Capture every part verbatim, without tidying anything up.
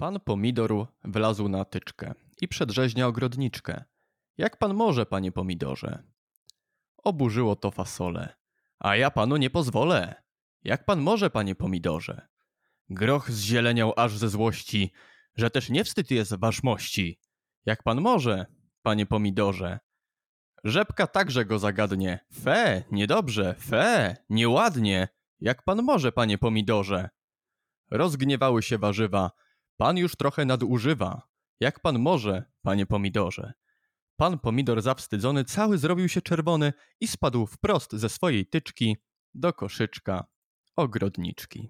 Pan Pomidor wlazł na tyczkę i przedrzeźnia ogrodniczkę. Jak pan może, panie pomidorze? Oburzyło to fasolę. A ja panu nie pozwolę. Jak pan może, panie pomidorze? Groch zzieleniał aż ze złości, że też nie wstyd jest wasz mości. Jak pan może, panie pomidorze? Rzepka także go zagadnie. Fe, niedobrze, fe, nieładnie. Jak pan może, panie pomidorze? Rozgniewały się warzywa. Pan już trochę nadużywa. Jak pan może, panie pomidorze? Pan pomidor zawstydzony cały zrobił się czerwony i spadł wprost ze swojej tyczki do koszyczka ogrodniczki.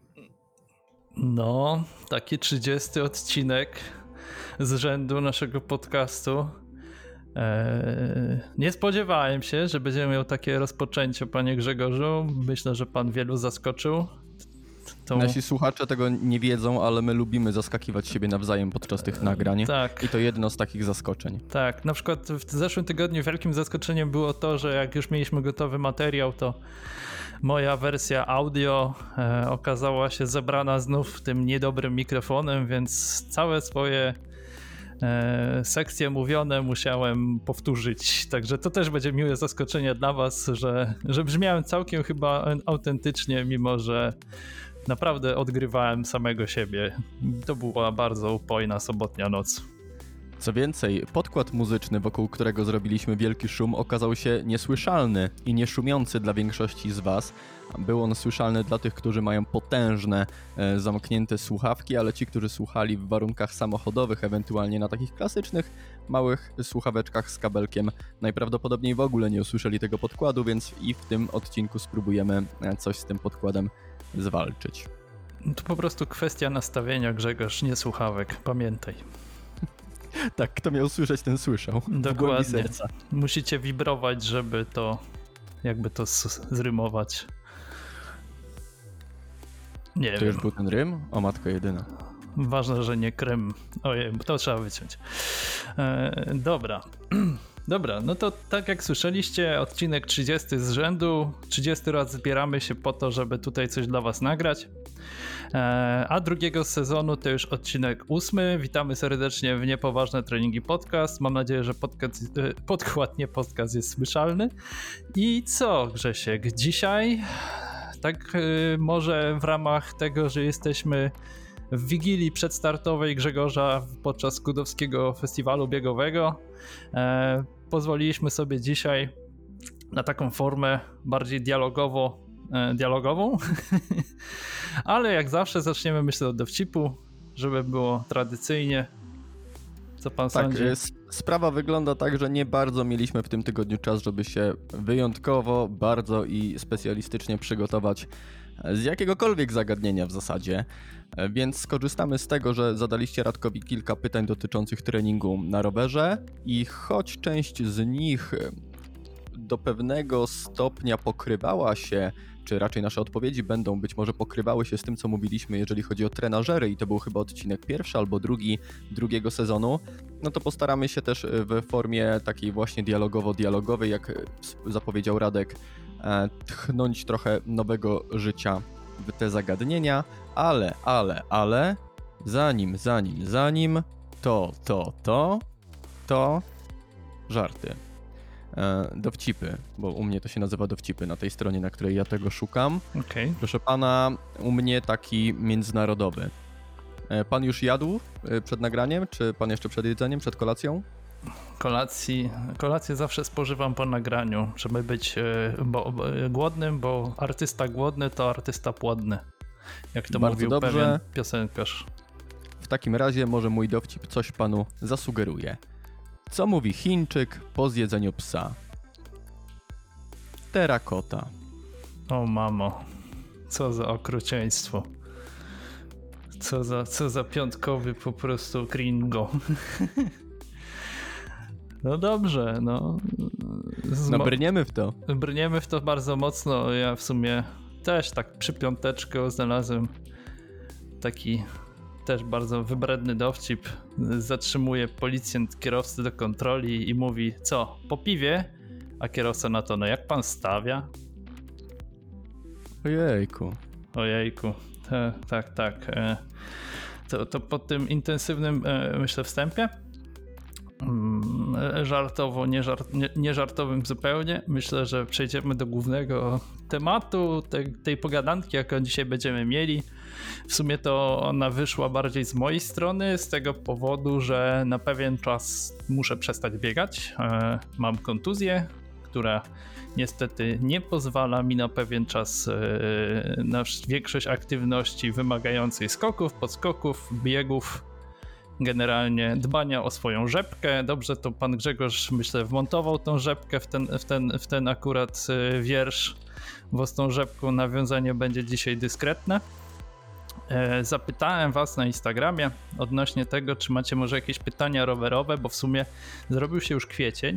No, taki trzydziesty odcinek z rzędu naszego podcastu. Eee, nie spodziewałem się, że będziemy miał takie rozpoczęcie, panie Grzegorzu. Myślę, że pan wielu zaskoczył. To... Nasi słuchacze tego nie wiedzą, ale my lubimy zaskakiwać siebie nawzajem podczas tych nagrań. Tak. I to jedno z takich zaskoczeń. Tak, na przykład w zeszłym tygodniu wielkim zaskoczeniem było to, że jak już mieliśmy gotowy materiał, to moja wersja audio e, okazała się zebrana znów tym niedobrym mikrofonem, więc całe swoje e, sekcje mówione musiałem powtórzyć. Także to też będzie miłe zaskoczenie dla was, że, że brzmiałem całkiem chyba autentycznie, mimo że naprawdę odgrywałem samego siebie. To była bardzo upojna sobotnia noc. Co więcej, podkład muzyczny, wokół którego zrobiliśmy wielki szum, okazał się niesłyszalny i nieszumiący dla większości z was. Był on słyszalny dla tych, którzy mają potężne, e, zamknięte słuchawki, ale ci, którzy słuchali w warunkach samochodowych, ewentualnie na takich klasycznych, małych słuchaweczkach z kabelkiem, najprawdopodobniej w ogóle nie usłyszeli tego podkładu, więc i w tym odcinku spróbujemy coś z tym podkładem zwalczyć. To po prostu kwestia nastawienia, Grzegorz, nie słuchawek, pamiętaj. Tak, kto miał słyszeć, ten słyszał. Dokładnie. Serca. Musicie wibrować, żeby to, jakby to zrymować. Nie to wiem. już był ten rym? O matko jedyna. Ważne, że nie Krym. Ojej, to trzeba wyciąć. E, dobra. Dobra, no to tak jak słyszeliście, odcinek trzydziesty z rzędu. trzydziesty raz zbieramy się po to, żeby tutaj coś dla was nagrać. E, a drugiego sezonu to już odcinek ósmy. Witamy serdecznie w Niepoważne Treningi Podcast. Mam nadzieję, że podcast, podkład nie podcast jest słyszalny. I co, Grzesiek? Dzisiaj, tak y, może w ramach tego, że jesteśmy w wigilii przedstartowej Grzegorza podczas Skudowskiego Festiwalu Biegowego, e, pozwoliliśmy sobie dzisiaj na taką formę bardziej dialogowo, e, dialogową, ale jak zawsze zaczniemy, myślę, od dowcipu, żeby było tradycyjnie. Co pan tak, sądzi? Jest, sprawa wygląda tak, że nie bardzo mieliśmy w tym tygodniu czas, żeby się wyjątkowo, bardzo i specjalistycznie przygotować z jakiegokolwiek zagadnienia w zasadzie, więc skorzystamy z tego, że zadaliście Radkowi kilka pytań dotyczących treningu na rowerze i choć część z nich do pewnego stopnia pokrywała się, czy raczej nasze odpowiedzi będą być może pokrywały się z tym, co mówiliśmy, jeżeli chodzi o trenażery, i to był chyba odcinek pierwszy albo drugi drugiego sezonu, no to postaramy się też w formie takiej właśnie dialogowo-dialogowej, jak zapowiedział Radek, tchnąć trochę nowego życia w te zagadnienia, ale, ale, ale, zanim, zanim, zanim, to, to, to, to, żarty. Dowcipy, bo u mnie to się nazywa dowcipy na tej stronie, na której ja tego szukam. Okay. Proszę pana, u mnie taki międzynarodowy. Pan już jadł przed nagraniem, czy pan jeszcze przed jedzeniem, przed kolacją? Kolacji, kolację zawsze spożywam po nagraniu, żeby być bo, bo, głodnym, bo artysta głodny to artysta płodny. Jak to Bardzo mówił dobrze. pewien piosenkarz. W takim razie może mój dowcip coś panu zasugeruje. Co mówi Chińczyk po zjedzeniu psa? Terakota. O mamo, co za okrucieństwo. Co za, co za piątkowy po prostu gringo. No dobrze, no. No brniemy w to. Brniemy w to bardzo mocno. Ja w sumie też tak przy piąteczkę znalazłem taki też bardzo wybredny dowcip. Zatrzymuje policjant kierowcy do kontroli i mówi: co, po piwie? A kierowca na to: no jak pan stawia? Ojejku. Ojejku, Te, tak, tak. to, to po tym intensywnym, myślę, wstępie, żartowo, nie, żart, nie, nie żartowym zupełnie, myślę, że przejdziemy do głównego tematu tej, tej pogadanki, jaką dzisiaj będziemy mieli. W sumie to ona wyszła bardziej z mojej strony, z tego powodu, że na pewien czas muszę przestać biegać. Mam kontuzję, która niestety nie pozwala mi na pewien czas na większość aktywności wymagającej skoków, podskoków, biegów, generalnie dbania o swoją rzepkę. Dobrze to pan Grzegorz, myślę, wmontował tą rzepkę w ten, w ten, w ten akurat wiersz, bo z tą rzepką nawiązanie będzie dzisiaj dyskretne. Zapytałem was na Instagramie odnośnie tego, czy macie może jakieś pytania rowerowe, bo w sumie zrobił się już kwiecień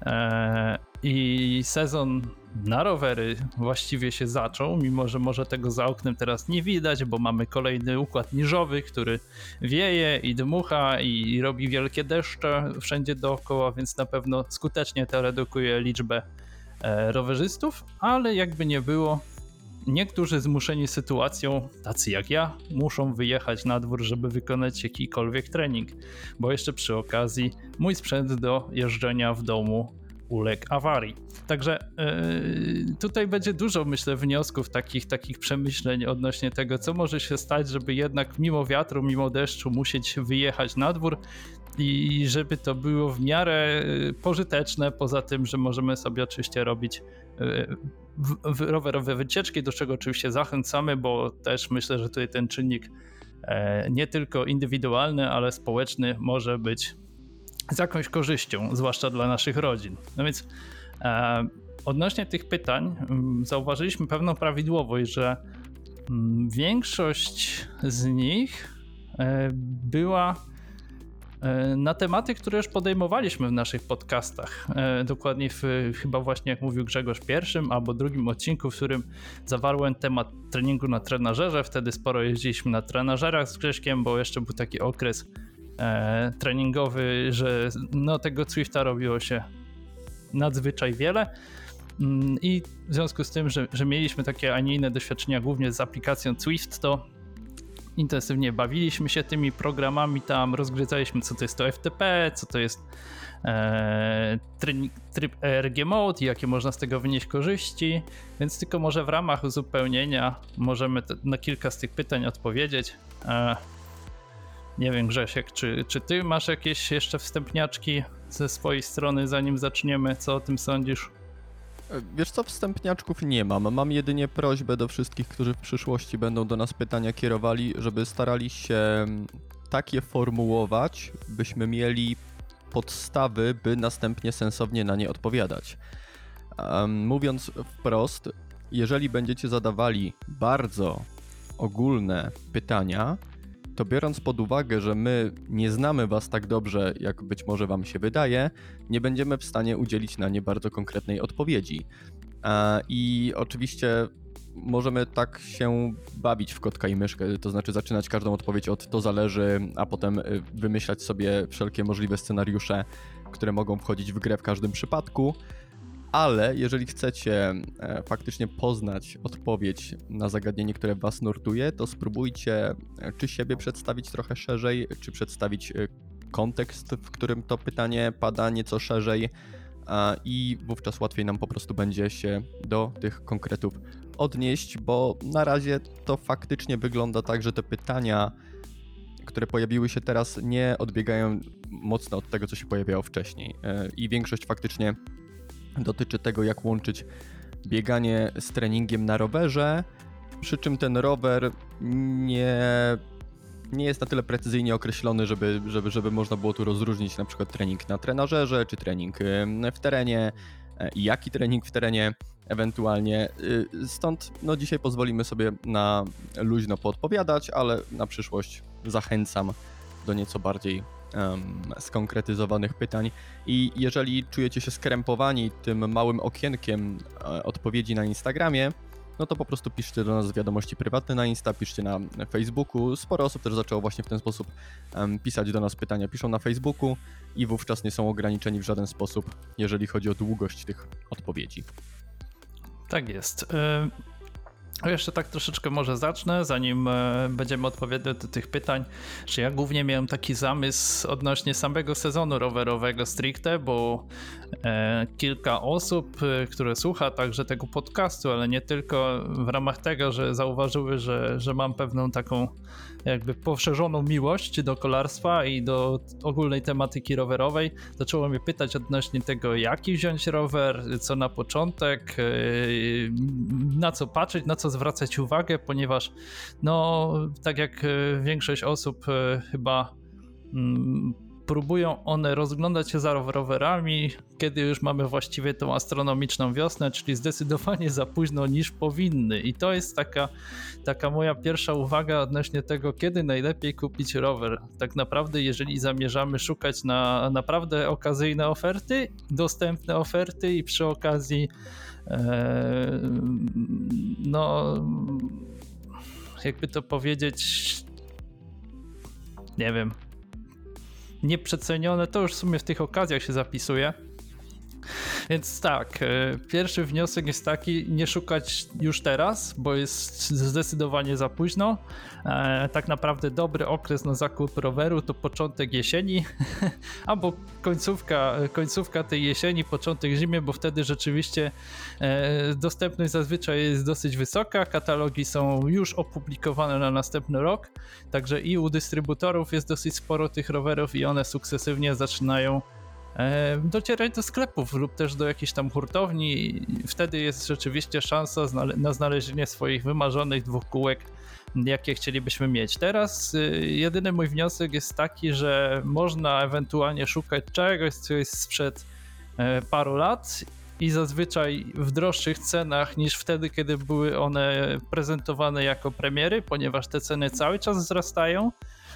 i sezon na rowery właściwie się zaczął, mimo że może tego za oknem teraz nie widać, bo mamy kolejny układ niżowy, który wieje i dmucha i robi wielkie deszcze wszędzie dookoła, więc na pewno skutecznie to redukuje liczbę rowerzystów, ale jakby nie było, niektórzy zmuszeni sytuacją, tacy jak ja, muszą wyjechać na dwór, żeby wykonać jakikolwiek trening, bo jeszcze przy okazji mój sprzęt do jeżdżenia w domu uległ awarii. Także yy, tutaj będzie dużo, myślę, wniosków, takich, takich przemyśleń odnośnie tego, co może się stać, żeby jednak mimo wiatru, mimo deszczu musieć wyjechać na dwór i żeby to było w miarę pożyteczne, poza tym, że możemy sobie oczywiście robić yy, w, w rowerowe wycieczki, do czego oczywiście zachęcamy, bo też myślę, że tutaj ten czynnik e, nie tylko indywidualny, ale społeczny może być z jakąś korzyścią, zwłaszcza dla naszych rodzin. No więc e, odnośnie tych pytań m, zauważyliśmy pewną prawidłowość, że m, większość z nich e, była e, na tematy, które już podejmowaliśmy w naszych podcastach. E, dokładnie w, chyba właśnie jak mówił Grzegorz, pierwszym albo drugim odcinku, w którym zawarłem temat treningu na trenażerze. Wtedy sporo jeździliśmy na trenażerach z Grześkiem, bo jeszcze był taki okres E, treningowy, że no tego Zwifta robiło się nadzwyczaj wiele mm, i w związku z tym, że, że mieliśmy takie, a nie inne doświadczenia głównie z aplikacją Zwift, to intensywnie bawiliśmy się tymi programami tam, rozgryzaliśmy, co to jest to F T P, co to jest e, trening, tryb E R G Mode i jakie można z tego wynieść korzyści, więc tylko może w ramach uzupełnienia możemy te, na kilka z tych pytań odpowiedzieć. E, Nie wiem, Grzesiek, czy, czy ty masz jakieś jeszcze wstępniaczki ze swojej strony, zanim zaczniemy? Co o tym sądzisz? Wiesz co, wstępniaczków nie mam. Mam jedynie prośbę do wszystkich, którzy w przyszłości będą do nas pytania kierowali, żeby starali się takie formułować, byśmy mieli podstawy, by następnie sensownie na nie odpowiadać. Um, mówiąc wprost, jeżeli będziecie zadawali bardzo ogólne pytania, to biorąc pod uwagę, że my nie znamy was tak dobrze, jak być może wam się wydaje, nie będziemy w stanie udzielić na nie bardzo konkretnej odpowiedzi. I oczywiście możemy tak się bawić w kotka i myszkę, to znaczy zaczynać każdą odpowiedź od to zależy, a potem wymyślać sobie wszelkie możliwe scenariusze, które mogą wchodzić w grę w każdym przypadku. Ale jeżeli chcecie faktycznie poznać odpowiedź na zagadnienie, które was nurtuje, to spróbujcie czy siebie przedstawić trochę szerzej, czy przedstawić kontekst, w którym to pytanie pada nieco szerzej i wówczas łatwiej nam po prostu będzie się do tych konkretów odnieść, bo na razie to faktycznie wygląda tak, że te pytania, które pojawiły się teraz, nie odbiegają mocno od tego, co się pojawiało wcześniej i większość faktycznie dotyczy tego, jak łączyć bieganie z treningiem na rowerze, przy czym ten rower nie, nie jest na tyle precyzyjnie określony, żeby, żeby, żeby można było tu rozróżnić na przykład trening na trenażerze, czy trening w terenie i jaki trening w terenie ewentualnie. Stąd no, dzisiaj pozwolimy sobie na luźno poodpowiadać, ale na przyszłość zachęcam do nieco bardziej Um, skonkretyzowanych pytań i jeżeli czujecie się skrępowani tym małym okienkiem e, odpowiedzi na Instagramie, no to po prostu piszcie do nas wiadomości prywatne na Insta, piszcie na Facebooku. Sporo osób też zaczęło właśnie w ten sposób um, pisać do nas pytania, piszą na Facebooku i wówczas nie są ograniczeni w żaden sposób, jeżeli chodzi o długość tych odpowiedzi. Tak jest. Jeszcze tak troszeczkę może zacznę, zanim e, będziemy odpowiadać do tych pytań, że ja głównie miałem taki zamysł odnośnie samego sezonu rowerowego stricte, bo e, kilka osób, e, które słucha także tego podcastu, ale nie tylko, w ramach tego, że zauważyły, że, że mam pewną taką jakby poszerzoną miłość do kolarstwa i do ogólnej tematyki rowerowej, zaczęło mnie pytać odnośnie tego, jaki wziąć rower, co na początek, e, na co patrzeć, na co zwracać uwagę, ponieważ no tak jak większość osób chyba mm, próbują one rozglądać się za rowerami, kiedy już mamy właściwie tą astronomiczną wiosnę, czyli zdecydowanie za późno niż powinny. I to jest taka, taka moja pierwsza uwaga odnośnie tego, kiedy najlepiej kupić rower. Tak naprawdę, jeżeli zamierzamy szukać na naprawdę okazyjne oferty, dostępne oferty i przy okazji e, no jakby to powiedzieć, nie wiem, nieprzecenione, to już w sumie w tych okazjach się zapisuje. Więc tak, pierwszy wniosek jest taki, nie szukać już teraz, bo jest zdecydowanie za późno. Tak naprawdę dobry okres na zakup roweru to początek jesieni, albo końcówka, końcówka tej jesieni, początek zimy, bo wtedy rzeczywiście dostępność zazwyczaj jest dosyć wysoka, katalogi są już opublikowane na następny rok, także i u dystrybutorów jest dosyć sporo tych rowerów i one sukcesywnie zaczynają docierać do sklepów lub też do jakiejś tam hurtowni. Wtedy jest rzeczywiście szansa na znalezienie swoich wymarzonych dwóch kółek, jakie chcielibyśmy mieć. Teraz jedyny mój wniosek jest taki, że można ewentualnie szukać czegoś, co jest sprzed paru lat i zazwyczaj w droższych cenach niż wtedy, kiedy były one prezentowane jako premiery, ponieważ te ceny cały czas wzrastają.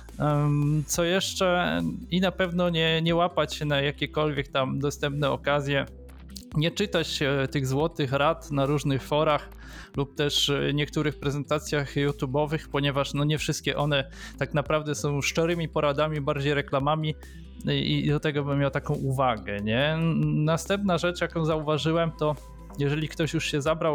Co jeszcze? I na pewno nie, nie łapać się na jakiekolwiek tam dostępne okazje, nie czytać tych złotych rad na różnych forach lub też niektórych prezentacjach YouTube'owych, ponieważ no nie wszystkie one tak naprawdę są szczerymi poradami, bardziej reklamami i do tego bym miał taką uwagę, nie? Następna rzecz, jaką zauważyłem, to jeżeli ktoś już się zabrał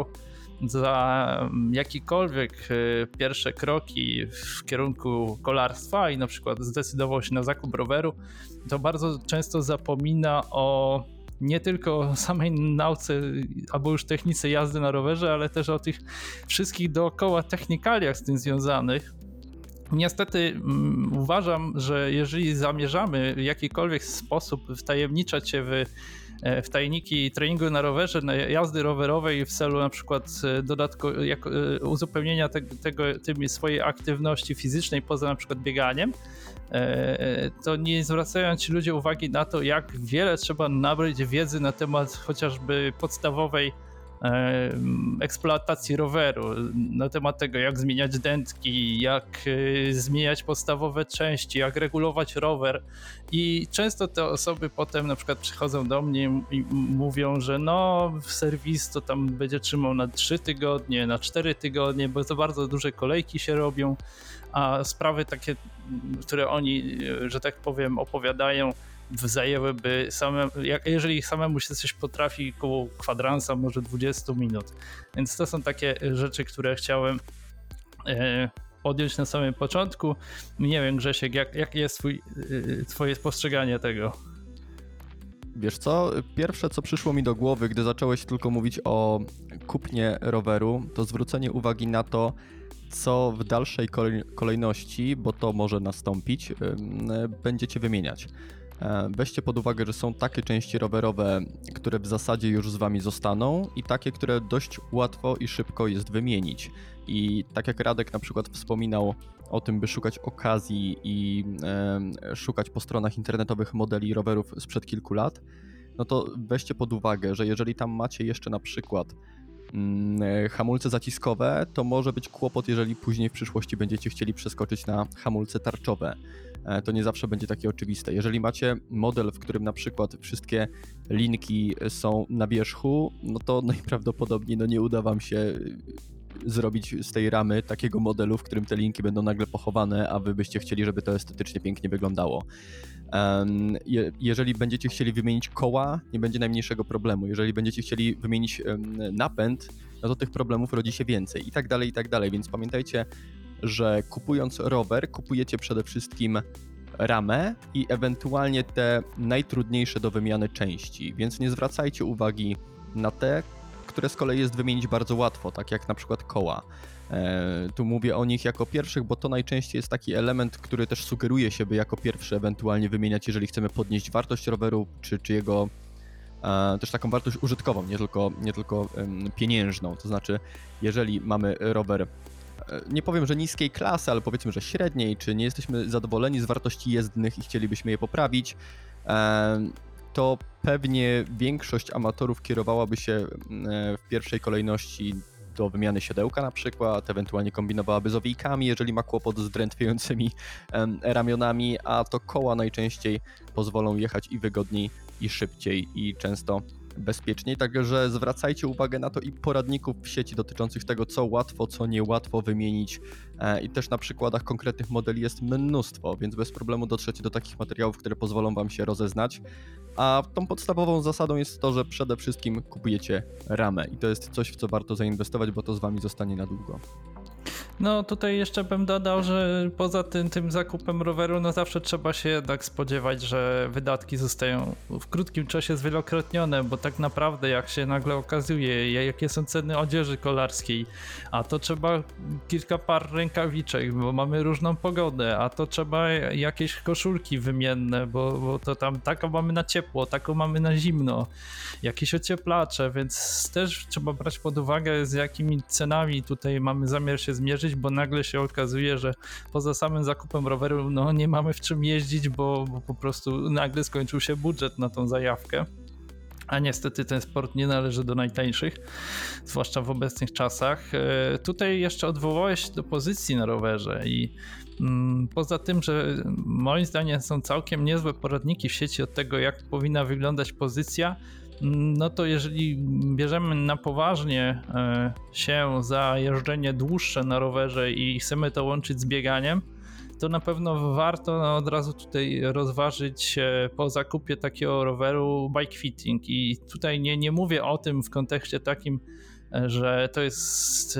za jakiekolwiek pierwsze kroki w kierunku kolarstwa i na przykład zdecydował się na zakup roweru, to bardzo często zapomina o nie tylko o samej nauce albo już technice jazdy na rowerze, ale też o tych wszystkich dookoła technikaliach z tym związanych. Niestety um, uważam, że jeżeli zamierzamy w jakikolwiek sposób wtajemniczać się w w tajniki treningu na rowerze, na jazdy rowerowej w celu na przykład dodatku, jak, uzupełnienia te, tego, tymi swojej aktywności fizycznej poza na przykład bieganiem, to nie zwracają ci ludzie uwagi na to, jak wiele trzeba nabyć wiedzy na temat chociażby podstawowej eksploatacji roweru, na temat tego, jak zmieniać dętki, jak zmieniać podstawowe części, jak regulować rower. I często te osoby potem na przykład przychodzą do mnie i mówią, że no w serwis to tam będzie trzymał na trzy tygodnie, na cztery tygodnie, bo to bardzo duże kolejki się robią, a sprawy takie, które oni, że tak powiem, opowiadają, zajęłyby same, jak, jeżeli samemu się coś potrafi, koło kwadransa, może dwadzieścia minut. Więc to są takie rzeczy, które chciałem e, podjąć na samym początku. Nie wiem, Grzesiek, jak, jak jest twój, e, twoje postrzeganie tego? Wiesz co, pierwsze co przyszło mi do głowy, gdy zacząłeś tylko mówić o kupnie roweru, to zwrócenie uwagi na to, co w dalszej kolejności, bo to może nastąpić, będziecie wymieniać. Weźcie pod uwagę, że są takie części rowerowe, które w zasadzie już z wami zostaną i takie, które dość łatwo i szybko jest wymienić. I tak jak Radek na przykład wspominał o tym, by szukać okazji i e, szukać po stronach internetowych modeli rowerów sprzed kilku lat, no to weźcie pod uwagę, że jeżeli tam macie jeszcze na przykład mm, hamulce zaciskowe, to może być kłopot, jeżeli później w przyszłości będziecie chcieli przeskoczyć na hamulce tarczowe. To nie zawsze będzie takie oczywiste. Jeżeli macie model, w którym na przykład wszystkie linki są na wierzchu, no to najprawdopodobniej no nie uda wam się zrobić z tej ramy takiego modelu, w którym te linki będą nagle pochowane, a wy byście chcieli, żeby to estetycznie pięknie wyglądało. Um, je, jeżeli będziecie chcieli wymienić koła, nie będzie najmniejszego problemu. Jeżeli będziecie chcieli wymienić um, napęd, no to tych problemów rodzi się więcej i tak dalej, i tak dalej. Więc pamiętajcie, że kupując rower, kupujecie przede wszystkim ramę i ewentualnie te najtrudniejsze do wymiany części, więc nie zwracajcie uwagi na te, które z kolei jest wymienić bardzo łatwo, tak jak na przykład koła. E, tu mówię o nich jako pierwszych, bo to najczęściej jest taki element, który też sugeruje się, by jako pierwszy ewentualnie wymieniać, jeżeli chcemy podnieść wartość roweru, czy, czy jego e, też taką wartość użytkową, nie tylko, nie tylko em, pieniężną. To znaczy, jeżeli mamy rower, e, nie powiem, że niskiej klasy, ale powiedzmy, że średniej, czy nie jesteśmy zadowoleni z wartości jezdnych i chcielibyśmy je poprawić, e, to pewnie większość amatorów kierowałaby się e, w pierwszej kolejności do wymiany siodełka na przykład, ewentualnie kombinowałaby z owijkami, jeżeli ma kłopot z drętwiejącymi em, ramionami, a to koła najczęściej pozwolą jechać i wygodniej, i szybciej, i często bezpieczniej, także zwracajcie uwagę na to i poradników w sieci dotyczących tego, co łatwo, co niełatwo wymienić e, i też na przykładach konkretnych modeli jest mnóstwo, więc bez problemu dotrzecie do takich materiałów, które pozwolą wam się rozeznać, a tą podstawową zasadą jest to, że przede wszystkim kupujecie ramę i to jest coś, w co warto zainwestować, bo to z wami zostanie na długo. No tutaj jeszcze bym dodał, że poza tym, tym zakupem roweru, no zawsze trzeba się jednak spodziewać, że wydatki zostają w krótkim czasie zwielokrotnione, bo tak naprawdę jak się nagle okazuje, jakie są ceny odzieży kolarskiej, a to trzeba kilka par rękawiczek, bo mamy różną pogodę, a to trzeba jakieś koszulki wymienne, bo, bo to tam taką mamy na ciepło, taką mamy na zimno, jakieś ocieplacze, więc też trzeba brać pod uwagę, z jakimi cenami tutaj mamy zamiar się zmierzyć, bo nagle się okazuje, że poza samym zakupem roweru no nie mamy w czym jeździć, bo, bo po prostu nagle skończył się budżet na tą zajawkę. A niestety ten sport nie należy do najtańszych, zwłaszcza w obecnych czasach. E, tutaj jeszcze odwołałeś się do pozycji na rowerze i mm, poza tym, że moim zdaniem są całkiem niezłe poradniki w sieci od tego, jak powinna wyglądać pozycja, no to jeżeli bierzemy na poważnie się za jeżdżenie dłuższe na rowerze i chcemy to łączyć z bieganiem, to na pewno warto od razu tutaj rozważyć po zakupie takiego roweru bike fitting i tutaj nie, nie mówię o tym w kontekście takim, że to jest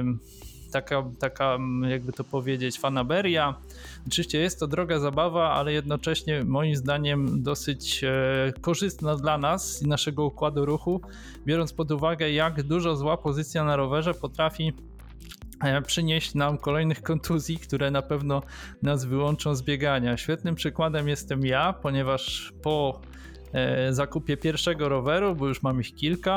taka, taka jakby to powiedzieć fanaberia. Oczywiście jest to droga zabawa, ale jednocześnie moim zdaniem dosyć e, korzystna dla nas i naszego układu ruchu, biorąc pod uwagę, jak dużo zła pozycja na rowerze potrafi e, przynieść nam kolejnych kontuzji, które na pewno nas wyłączą z biegania. Świetnym przykładem jestem ja, ponieważ po e, zakupie pierwszego roweru, bo już mam ich kilka,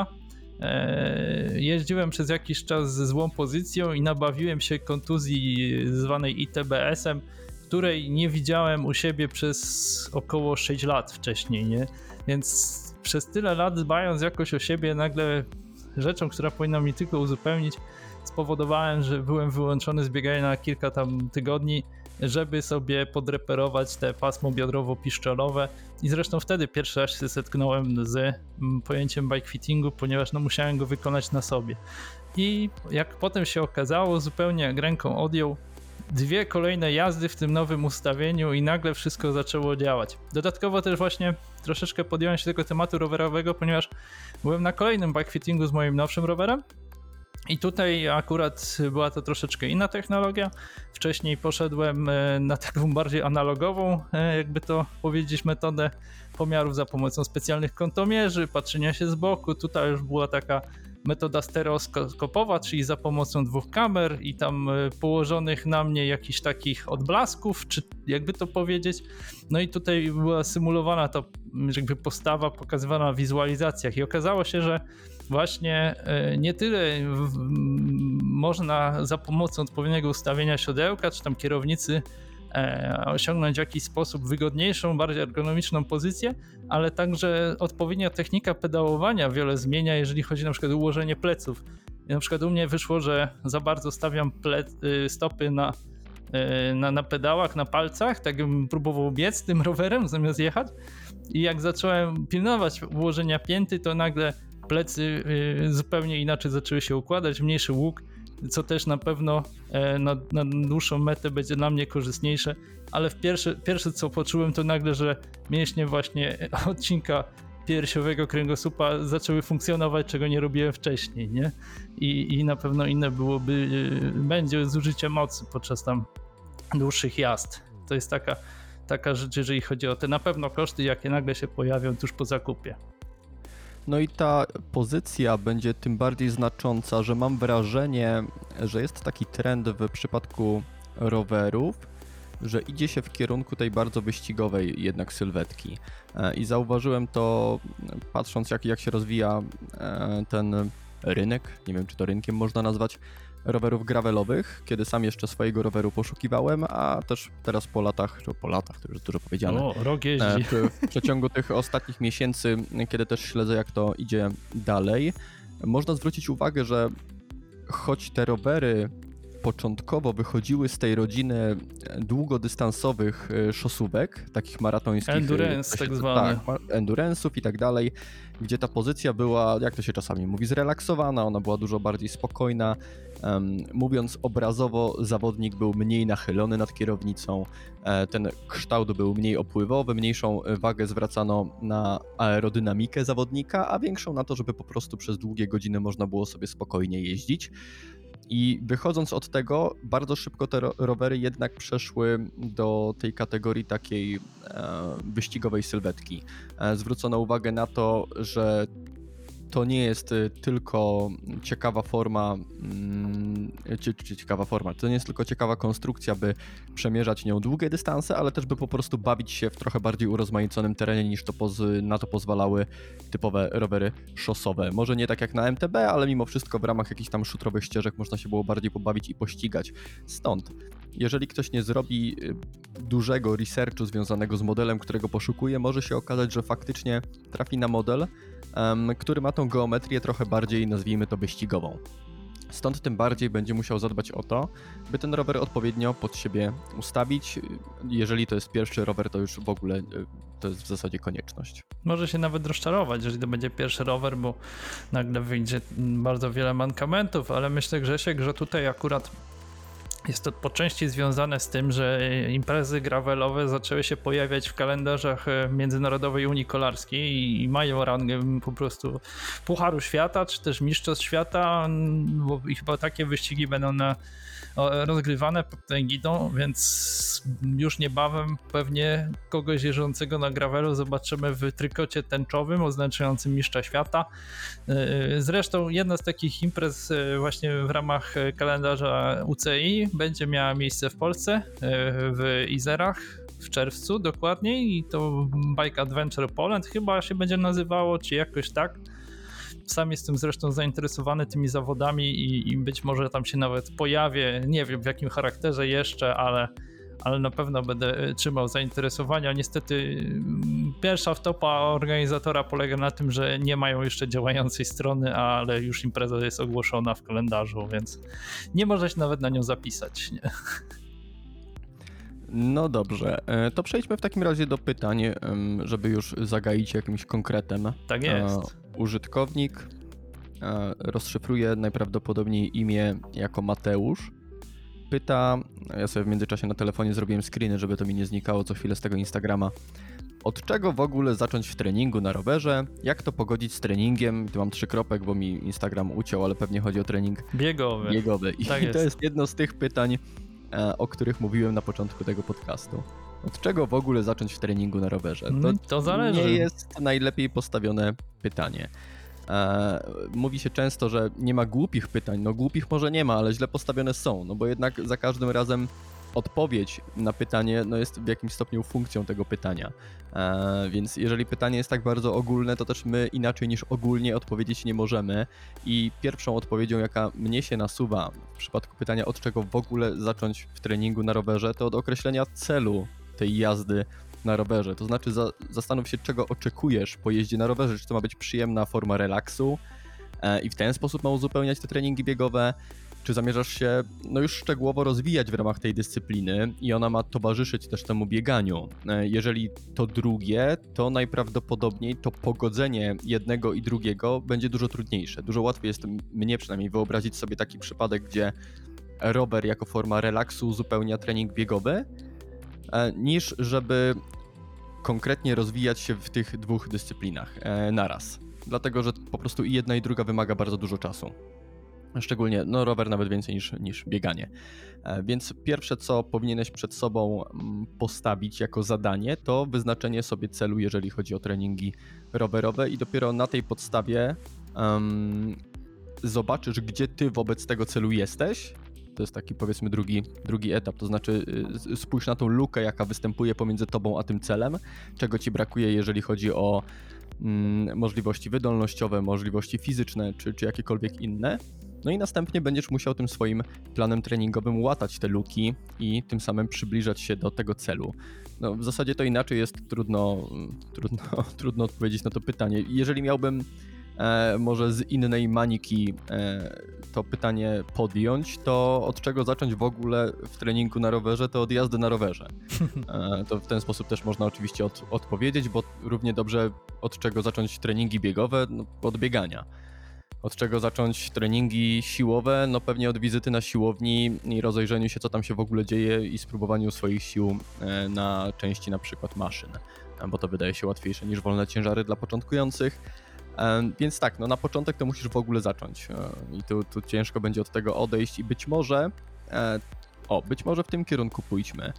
jeździłem przez jakiś czas ze złą pozycją i nabawiłem się kontuzji zwanej I T B S-em, której nie widziałem u siebie przez około sześć lat wcześniej, nie? Więc przez tyle lat dbając jakoś o siebie, nagle rzeczą, która powinna mi tylko uzupełnić, spowodowałem, że byłem wyłączony z biegania na kilka tam tygodni, żeby sobie podreperować te pasmo biodrowo-piszczelowe i zresztą wtedy pierwszy raz się zetknąłem z pojęciem bike fittingu, ponieważ no musiałem go wykonać na sobie. I jak potem się okazało, zupełnie jak ręką odjął, dwie kolejne jazdy w tym nowym ustawieniu i nagle wszystko zaczęło działać. Dodatkowo też właśnie troszeczkę podjąłem się tego tematu rowerowego, ponieważ byłem na kolejnym bike fittingu z moim nowszym rowerem. I tutaj akurat była to troszeczkę inna technologia. Wcześniej poszedłem na taką bardziej analogową, jakby to powiedzieć, metodę pomiarów za pomocą specjalnych kątomierzy, patrzenia się z boku. Tutaj już była taka metoda stereoskopowa, czyli za pomocą dwóch kamer i tam położonych na mnie jakichś takich odblasków, czy jakby to powiedzieć. No i tutaj była symulowana ta jakby postawa pokazywana w wizualizacjach i okazało się, że właśnie nie tyle można za pomocą odpowiedniego ustawienia siodełka czy tam kierownicy osiągnąć w jakiś sposób wygodniejszą, bardziej ergonomiczną pozycję, ale także odpowiednia technika pedałowania wiele zmienia, jeżeli chodzi na przykład o ułożenie pleców. Na przykład u mnie wyszło, że za bardzo stawiam ple- stopy na, na, na pedałach, na palcach, tak bym próbował biec tym rowerem zamiast jechać i jak zacząłem pilnować ułożenia pięty, to nagle plecy zupełnie inaczej zaczęły się układać, mniejszy łuk, co też na pewno na, na dłuższą metę będzie dla mnie korzystniejsze, ale w pierwsze, pierwsze co poczułem to nagle, że mięśnie właśnie odcinka piersiowego kręgosłupa zaczęły funkcjonować, czego nie robiłem wcześniej, nie? I, i na pewno inne byłoby, będzie zużycie mocy podczas tam dłuższych jazd. To jest taka, taka rzecz, jeżeli chodzi o te na pewno koszty, jakie nagle się pojawią tuż po zakupie. No i ta pozycja będzie tym bardziej znacząca, że mam wrażenie, że jest taki trend w przypadku rowerów, że idzie się w kierunku tej bardzo wyścigowej jednak sylwetki. I zauważyłem to patrząc jak, jak się rozwija ten rynek, nie wiem czy to rynkiem można nazwać, rowerów gravelowych, kiedy sam jeszcze swojego roweru poszukiwałem, a też teraz po latach, czy po latach, to już dużo powiedziane. O, rok jeździ. W, w przeciągu tych ostatnich miesięcy, kiedy też śledzę jak to idzie dalej, można zwrócić uwagę, że choć te rowery początkowo wychodziły z tej rodziny długodystansowych szosówek, takich maratońskich. Endurance tak zwane. Tak, endurance'ów i tak dalej, gdzie ta pozycja była, jak to się czasami mówi, zrelaksowana, ona była dużo bardziej spokojna. Um, mówiąc obrazowo, zawodnik był mniej nachylony nad kierownicą, e, ten kształt był mniej opływowy, mniejszą wagę zwracano na aerodynamikę zawodnika, a większą na to, żeby po prostu przez długie godziny można było sobie spokojnie jeździć. I wychodząc od tego, bardzo szybko te ro- rowery jednak przeszły do tej kategorii takiej e, wyścigowej sylwetki. E, zwrócono uwagę na to, że to nie jest tylko ciekawa forma, mm, cie, cie, ciekawa forma, to nie jest tylko ciekawa konstrukcja, by przemierzać nią długie dystanse, ale też by po prostu bawić się w trochę bardziej urozmaiconym terenie niż to poz- na to pozwalały typowe rowery szosowe. Może nie tak jak na M T B, ale mimo wszystko w ramach jakichś tam szutrowych ścieżek można się było bardziej pobawić i pościgać. Stąd, jeżeli ktoś nie zrobi dużego researchu związanego z modelem, którego poszukuje, może się okazać, że faktycznie trafi na model, um, który ma tą geometrię trochę bardziej, nazwijmy to, wyścigową. Stąd tym bardziej będzie musiał zadbać o to, by ten rower odpowiednio pod siebie ustawić. Jeżeli to jest pierwszy rower, to już w ogóle to jest w zasadzie konieczność. Może się nawet rozczarować, jeżeli to będzie pierwszy rower, bo nagle wyjdzie bardzo wiele mankamentów, ale myślę, Grzesiek, że tutaj akurat jest to po części związane z tym, że imprezy gravelowe zaczęły się pojawiać w kalendarzach Międzynarodowej Unii Kolarskiej i mają rangę po prostu Pucharu Świata, czy też Mistrzostw Świata, bo chyba takie wyścigi będą na, rozgrywane pod tą egidą, więc już niebawem pewnie kogoś jeżdżącego na gravelu zobaczymy w trykocie tęczowym oznaczającym Mistrza Świata. Zresztą jedna z takich imprez właśnie w ramach kalendarza U C I będzie miała miejsce w Polsce, w Izerach w czerwcu dokładniej i to Bike Adventure Poland chyba się będzie nazywało, czy jakoś tak. Sam jestem zresztą zainteresowany tymi zawodami i, i być może tam się nawet pojawię, nie wiem w jakim charakterze jeszcze, ale, ale na pewno będę trzymał zainteresowania. Niestety pierwsza wtopa organizatora polega na tym, że nie mają jeszcze działającej strony, ale już impreza jest ogłoszona w kalendarzu, więc nie można się nawet na nią zapisać. Nie? No dobrze, to przejdźmy w takim razie do pytań, żeby już zagaić jakimś konkretem. Tak jest. Użytkownik rozszyfruje najprawdopodobniej imię jako Mateusz. Pyta, ja sobie w międzyczasie na telefonie zrobiłem screeny, żeby to mi nie znikało co chwilę z tego Instagrama. Od czego w ogóle zacząć w treningu na rowerze? Jak to pogodzić z treningiem? Tu mam trzy kropek, bo mi Instagram uciął, ale pewnie chodzi o trening biegowy. biegowy. I tak to jest. jest jedno z tych pytań, o których mówiłem na początku tego podcastu. Od czego w ogóle zacząć w treningu na rowerze? To, to zależy. Nie jest najlepiej postawione pytanie. Mówi się często, że nie ma głupich pytań. No głupich może nie ma, ale źle postawione są, no bo jednak za każdym razem odpowiedź na pytanie no jest w jakimś stopniu funkcją tego pytania. Więc jeżeli pytanie jest tak bardzo ogólne, to też my inaczej niż ogólnie odpowiedzieć nie możemy i pierwszą odpowiedzią, jaka mnie się nasuwa w przypadku pytania, od czego w ogóle zacząć w treningu na rowerze, to od określenia celu tej jazdy na rowerze. To znaczy za, zastanów się, czego oczekujesz po jeździe na rowerze, czy to ma być przyjemna forma relaksu e, i w ten sposób ma uzupełniać te treningi biegowe, czy zamierzasz się no już szczegółowo rozwijać w ramach tej dyscypliny i ona ma towarzyszyć też temu bieganiu. E, jeżeli to drugie, to najprawdopodobniej to pogodzenie jednego i drugiego będzie dużo trudniejsze. Dużo łatwiej jest mnie przynajmniej wyobrazić sobie taki przypadek, gdzie rower jako forma relaksu uzupełnia trening biegowy, niż żeby konkretnie rozwijać się w tych dwóch dyscyplinach e, naraz. Dlatego, że po prostu i jedna i druga wymaga bardzo dużo czasu. Szczególnie, no rower nawet więcej niż, niż bieganie. E, więc pierwsze, co powinieneś przed sobą m, postawić jako zadanie, to wyznaczenie sobie celu, jeżeli chodzi o treningi rowerowe i dopiero na tej podstawie um, zobaczysz, gdzie ty wobec tego celu jesteś. To jest taki, powiedzmy, drugi, drugi etap, to znaczy y, spójrz na tą lukę, jaka występuje pomiędzy tobą a tym celem, czego ci brakuje, jeżeli chodzi o mm, możliwości wydolnościowe, możliwości fizyczne, czy, czy jakiekolwiek inne. No i następnie będziesz musiał tym swoim planem treningowym łatać te luki i tym samym przybliżać się do tego celu. No, w zasadzie to inaczej jest trudno, trudno, trudno odpowiedzieć na to pytanie. Jeżeli miałbym E, może z innej maniki e, to pytanie podjąć, to od czego zacząć w ogóle w treningu na rowerze, to od jazdy na rowerze. E, to w ten sposób też można oczywiście od, odpowiedzieć, bo równie dobrze od czego zacząć treningi biegowe, no, od biegania. Od czego zacząć treningi siłowe, no pewnie od wizyty na siłowni i rozejrzeniu się, co tam się w ogóle dzieje i spróbowaniu swoich sił e, na części na przykład maszyn, e, bo to wydaje się łatwiejsze niż wolne ciężary dla początkujących. Więc tak, no na początek to musisz w ogóle zacząć i tu, tu ciężko będzie od tego odejść i być może, o, być może w tym kierunku pójdźmy.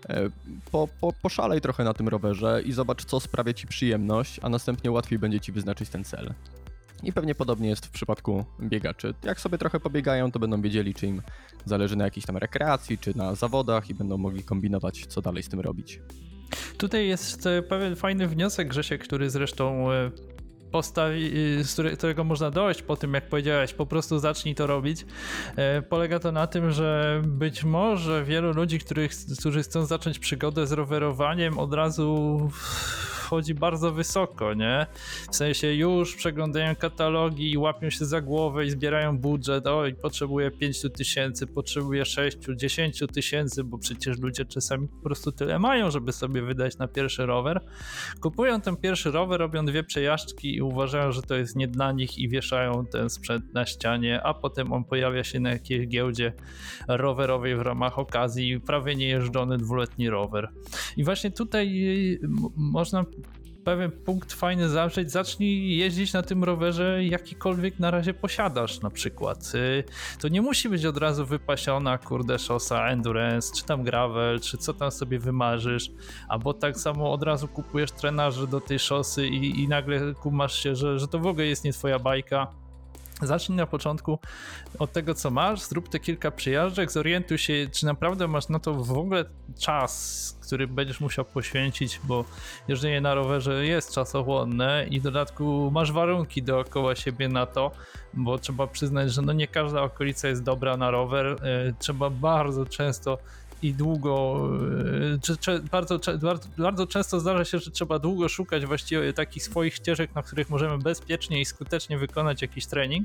Po, po, poszalej trochę na tym rowerze i zobacz, co sprawia ci przyjemność, a następnie łatwiej będzie ci wyznaczyć ten cel. I pewnie podobnie jest w przypadku biegaczy. Jak sobie trochę pobiegają, to będą wiedzieli, czy im zależy na jakiejś tam rekreacji, czy na zawodach i będą mogli kombinować, co dalej z tym robić. Tutaj jest pewien fajny wniosek, Grzesiek, który zresztą postawi, z którego można dojść po tym, jak powiedziałeś, po prostu zacznij to robić. Polega to na tym, że być może wielu ludzi, których, którzy chcą zacząć przygodę z rowerowaniem, od razu wchodzi bardzo wysoko, nie? W sensie już przeglądają katalogi i łapią się za głowę i zbierają budżet. Oj, potrzebuję pięć tysięcy, potrzebuję sześć, dziesięć tysięcy, bo przecież ludzie czasami po prostu tyle mają, żeby sobie wydać na pierwszy rower. Kupują ten pierwszy rower, robią dwie przejażdżki i uważają, że to jest nie dla nich i wieszają ten sprzęt na ścianie, a potem on pojawia się na jakiejś giełdzie rowerowej w ramach okazji, prawie niejeżdżony dwuletni rower. I właśnie tutaj można pewien punkt fajny zawrzeć, zacznij jeździć na tym rowerze, jakikolwiek na razie posiadasz na przykład. To nie musi być od razu wypasiona, kurde, szosa, endurance, czy tam gravel, czy co tam sobie wymarzysz, albo tak samo od razu kupujesz trenaży do tej szosy i, i nagle kumasz się, że, że to w ogóle jest nie twoja bajka. Zacznij na początku od tego, co masz, zrób te kilka przejażdżek, zorientuj się, czy naprawdę masz na to w ogóle czas, który będziesz musiał poświęcić, bo jeżdżenie na rowerze jest czasochłonne i w dodatku masz warunki dookoła siebie na to, bo trzeba przyznać, że no nie każda okolica jest dobra na rower, trzeba bardzo często i długo, czy, czy, bardzo, bardzo, bardzo często zdarza się, że trzeba długo szukać właściwie takich swoich ścieżek, na których możemy bezpiecznie i skutecznie wykonać jakiś trening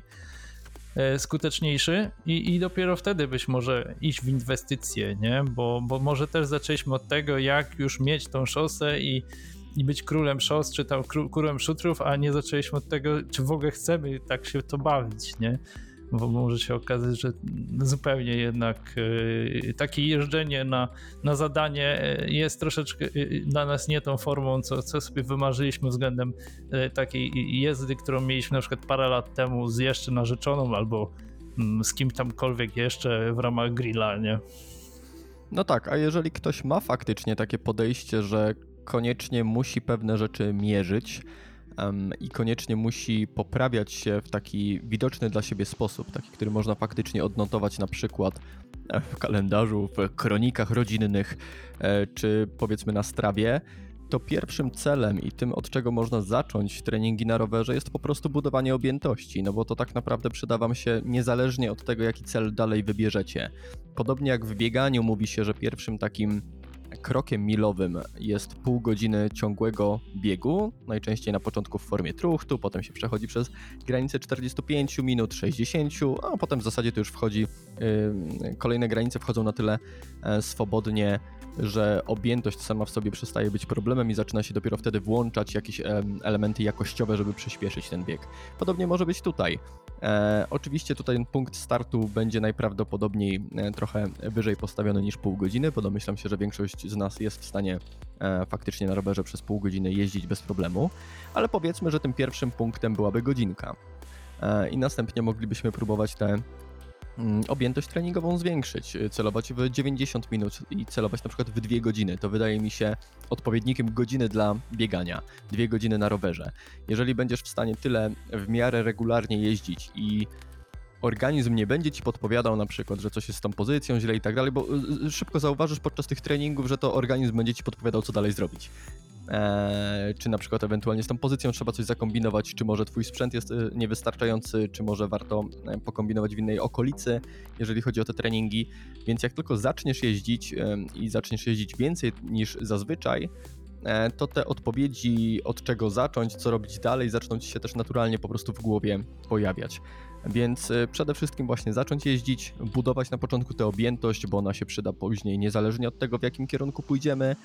e, skuteczniejszy i, i dopiero wtedy być może iść w inwestycje, nie? Bo, bo może też zaczęliśmy od tego, jak już mieć tą szosę i i być królem szos, czy tam królem szutrów, a nie zaczęliśmy od tego, czy w ogóle chcemy tak się to bawić, nie? Bo może się okazać, że zupełnie jednak y, takie jeżdżenie na, na zadanie jest troszeczkę y, dla nas nie tą formą, co, co sobie wymarzyliśmy względem y, takiej jazdy, którą mieliśmy na przykład parę lat temu z jeszcze narzeczoną albo y, z kim tamkolwiek jeszcze w ramach grilla, nie? No tak, a jeżeli ktoś ma faktycznie takie podejście, że koniecznie musi pewne rzeczy mierzyć, Um, i koniecznie musi poprawiać się w taki widoczny dla siebie sposób, taki, który można faktycznie odnotować na przykład w kalendarzu, w kronikach rodzinnych, e, czy powiedzmy na Strawie, to pierwszym celem i tym, od czego można zacząć treningi na rowerze, jest po prostu budowanie objętości, no bo to tak naprawdę przyda wam się niezależnie od tego, jaki cel dalej wybierzecie. Podobnie jak w bieganiu mówi się, że pierwszym takim krokiem milowym jest pół godziny ciągłego biegu, najczęściej na początku w formie truchtu, potem się przechodzi przez granicę czterdzieści pięć minut, sześćdziesiąt, a potem w zasadzie to już wchodzi kolejne granice wchodzą na tyle swobodnie, że objętość sama w sobie przestaje być problemem i zaczyna się dopiero wtedy włączać jakieś elementy jakościowe, żeby przyspieszyć ten bieg. Podobnie może być tutaj. E, oczywiście tutaj ten punkt startu będzie najprawdopodobniej trochę wyżej postawiony niż pół godziny, bo domyślam się, że większość z nas jest w stanie e, faktycznie na rowerze przez pół godziny jeździć bez problemu, ale powiedzmy, że tym pierwszym punktem byłaby godzinka. E, I następnie moglibyśmy próbować tę objętość treningową zwiększyć, celować w dziewięćdziesiąt minut i celować na przykład w dwie godziny. To wydaje mi się odpowiednikiem godziny dla biegania, dwie godziny na rowerze. Jeżeli będziesz w stanie tyle w miarę regularnie jeździć i organizm nie będzie ci podpowiadał na przykład, że coś jest z tą pozycją źle i tak dalej, bo szybko zauważysz podczas tych treningów, że to organizm będzie ci podpowiadał, co dalej zrobić. Eee, czy na przykład ewentualnie z tą pozycją trzeba coś zakombinować, czy może twój sprzęt jest niewystarczający, czy może warto pokombinować w innej okolicy, jeżeli chodzi o te treningi, więc jak tylko zaczniesz jeździć e, i zaczniesz jeździć więcej niż zazwyczaj, e, to te odpowiedzi, od czego zacząć, co robić dalej, zaczną ci się też naturalnie po prostu w głowie pojawiać. Więc przede wszystkim właśnie zacząć jeździć, budować na początku tę objętość, bo ona się przyda później, niezależnie od tego, w jakim kierunku pójdziemy.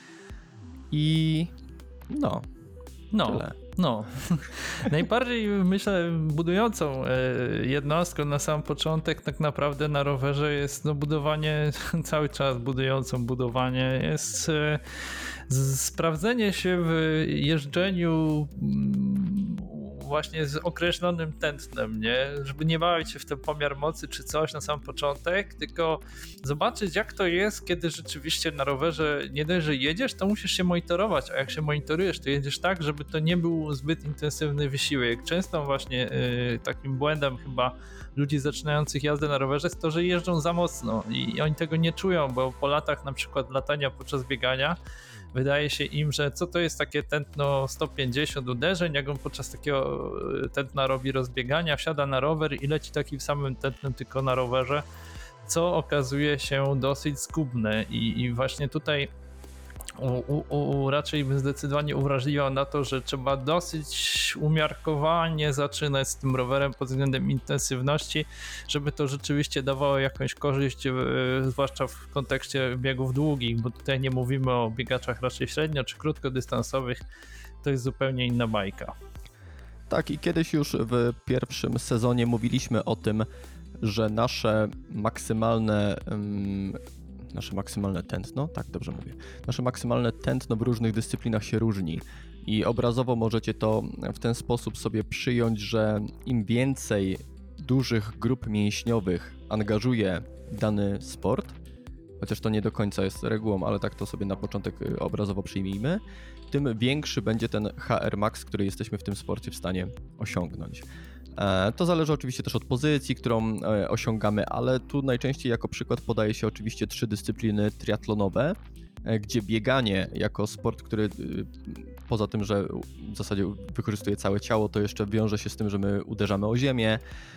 I no, no, tyle. No. Najbardziej, myślę, budującą jednostką na sam początek tak naprawdę na rowerze jest no, budowanie, cały czas budującą budowanie jest sprawdzenie się w jeżdżeniu właśnie z określonym tętnem, nie? Żeby nie bawić się w ten pomiar mocy czy coś na sam początek, tylko zobaczyć, jak to jest, kiedy rzeczywiście na rowerze nie dość, że jedziesz, to musisz się monitorować, a jak się monitorujesz, to jedziesz tak, żeby to nie był zbyt intensywny wysiłek. Często właśnie yy, takim błędem chyba ludzi zaczynających jazdę na rowerze jest to, że jeżdżą za mocno i, i oni tego nie czują, bo po latach na przykład latania podczas biegania wydaje się im, że co to jest takie tętno sto pięćdziesiąt uderzeń, jak on podczas takiego tętna robi rozbiegania, wsiada na rower i leci takim samym tętnem tylko na rowerze, co okazuje się dosyć zgubne i, i właśnie tutaj U, u, u, raczej bym zdecydowanie uwrażliwiał na to, że trzeba dosyć umiarkowanie zaczynać z tym rowerem pod względem intensywności, żeby to rzeczywiście dawało jakąś korzyść, e, zwłaszcza w kontekście biegów długich, bo tutaj nie mówimy o biegaczach raczej średnio czy krótkodystansowych, to jest zupełnie inna bajka. Tak, i kiedyś już w pierwszym sezonie mówiliśmy o tym, że nasze maksymalne um, Nasze maksymalne tętno, tak dobrze mówię, nasze maksymalne tętno w różnych dyscyplinach się różni i obrazowo możecie to w ten sposób sobie przyjąć, że im więcej dużych grup mięśniowych angażuje dany sport, chociaż to nie do końca jest regułą, ale tak to sobie na początek obrazowo przyjmijmy, tym większy będzie ten H R max, który jesteśmy w tym sporcie w stanie osiągnąć. To zależy oczywiście też od pozycji, którą osiągamy, ale tu najczęściej jako przykład podaje się oczywiście trzy dyscypliny triatlonowe, gdzie bieganie jako sport, który poza tym, że w zasadzie wykorzystuje całe ciało, to jeszcze wiąże się z tym, że my uderzamy o ziemię,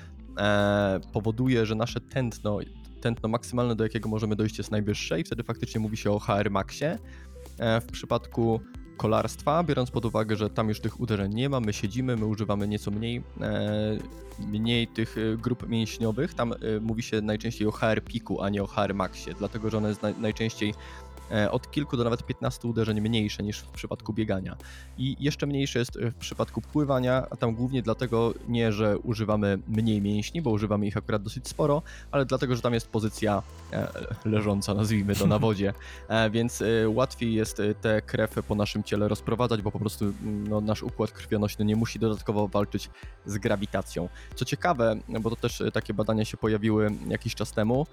powoduje, że nasze tętno, tętno maksymalne, do jakiego możemy dojść, jest najwyższe i wtedy faktycznie mówi się o H R maxie. W przypadku kolarstwa, biorąc pod uwagę, że tam już tych uderzeń nie ma, my siedzimy, my używamy nieco mniej, e, mniej tych grup mięśniowych, tam e, mówi się najczęściej o H R peaku, a nie o H R maxie, dlatego że one jest na, najczęściej e, od kilku do nawet piętnastu uderzeń mniejsze niż w przypadku biegania. I jeszcze mniejsze jest w przypadku pływania, a tam głównie dlatego nie, że używamy mniej mięśni, bo używamy ich akurat dosyć sporo, ale dlatego, że tam jest pozycja e, leżąca, nazwijmy to, na wodzie, e, więc e, łatwiej jest tę krew po naszym ciele rozprowadzać, bo po prostu no, nasz układ krwionośny nie musi dodatkowo walczyć z grawitacją. Co ciekawe, bo to też takie badania się pojawiły jakiś czas temu,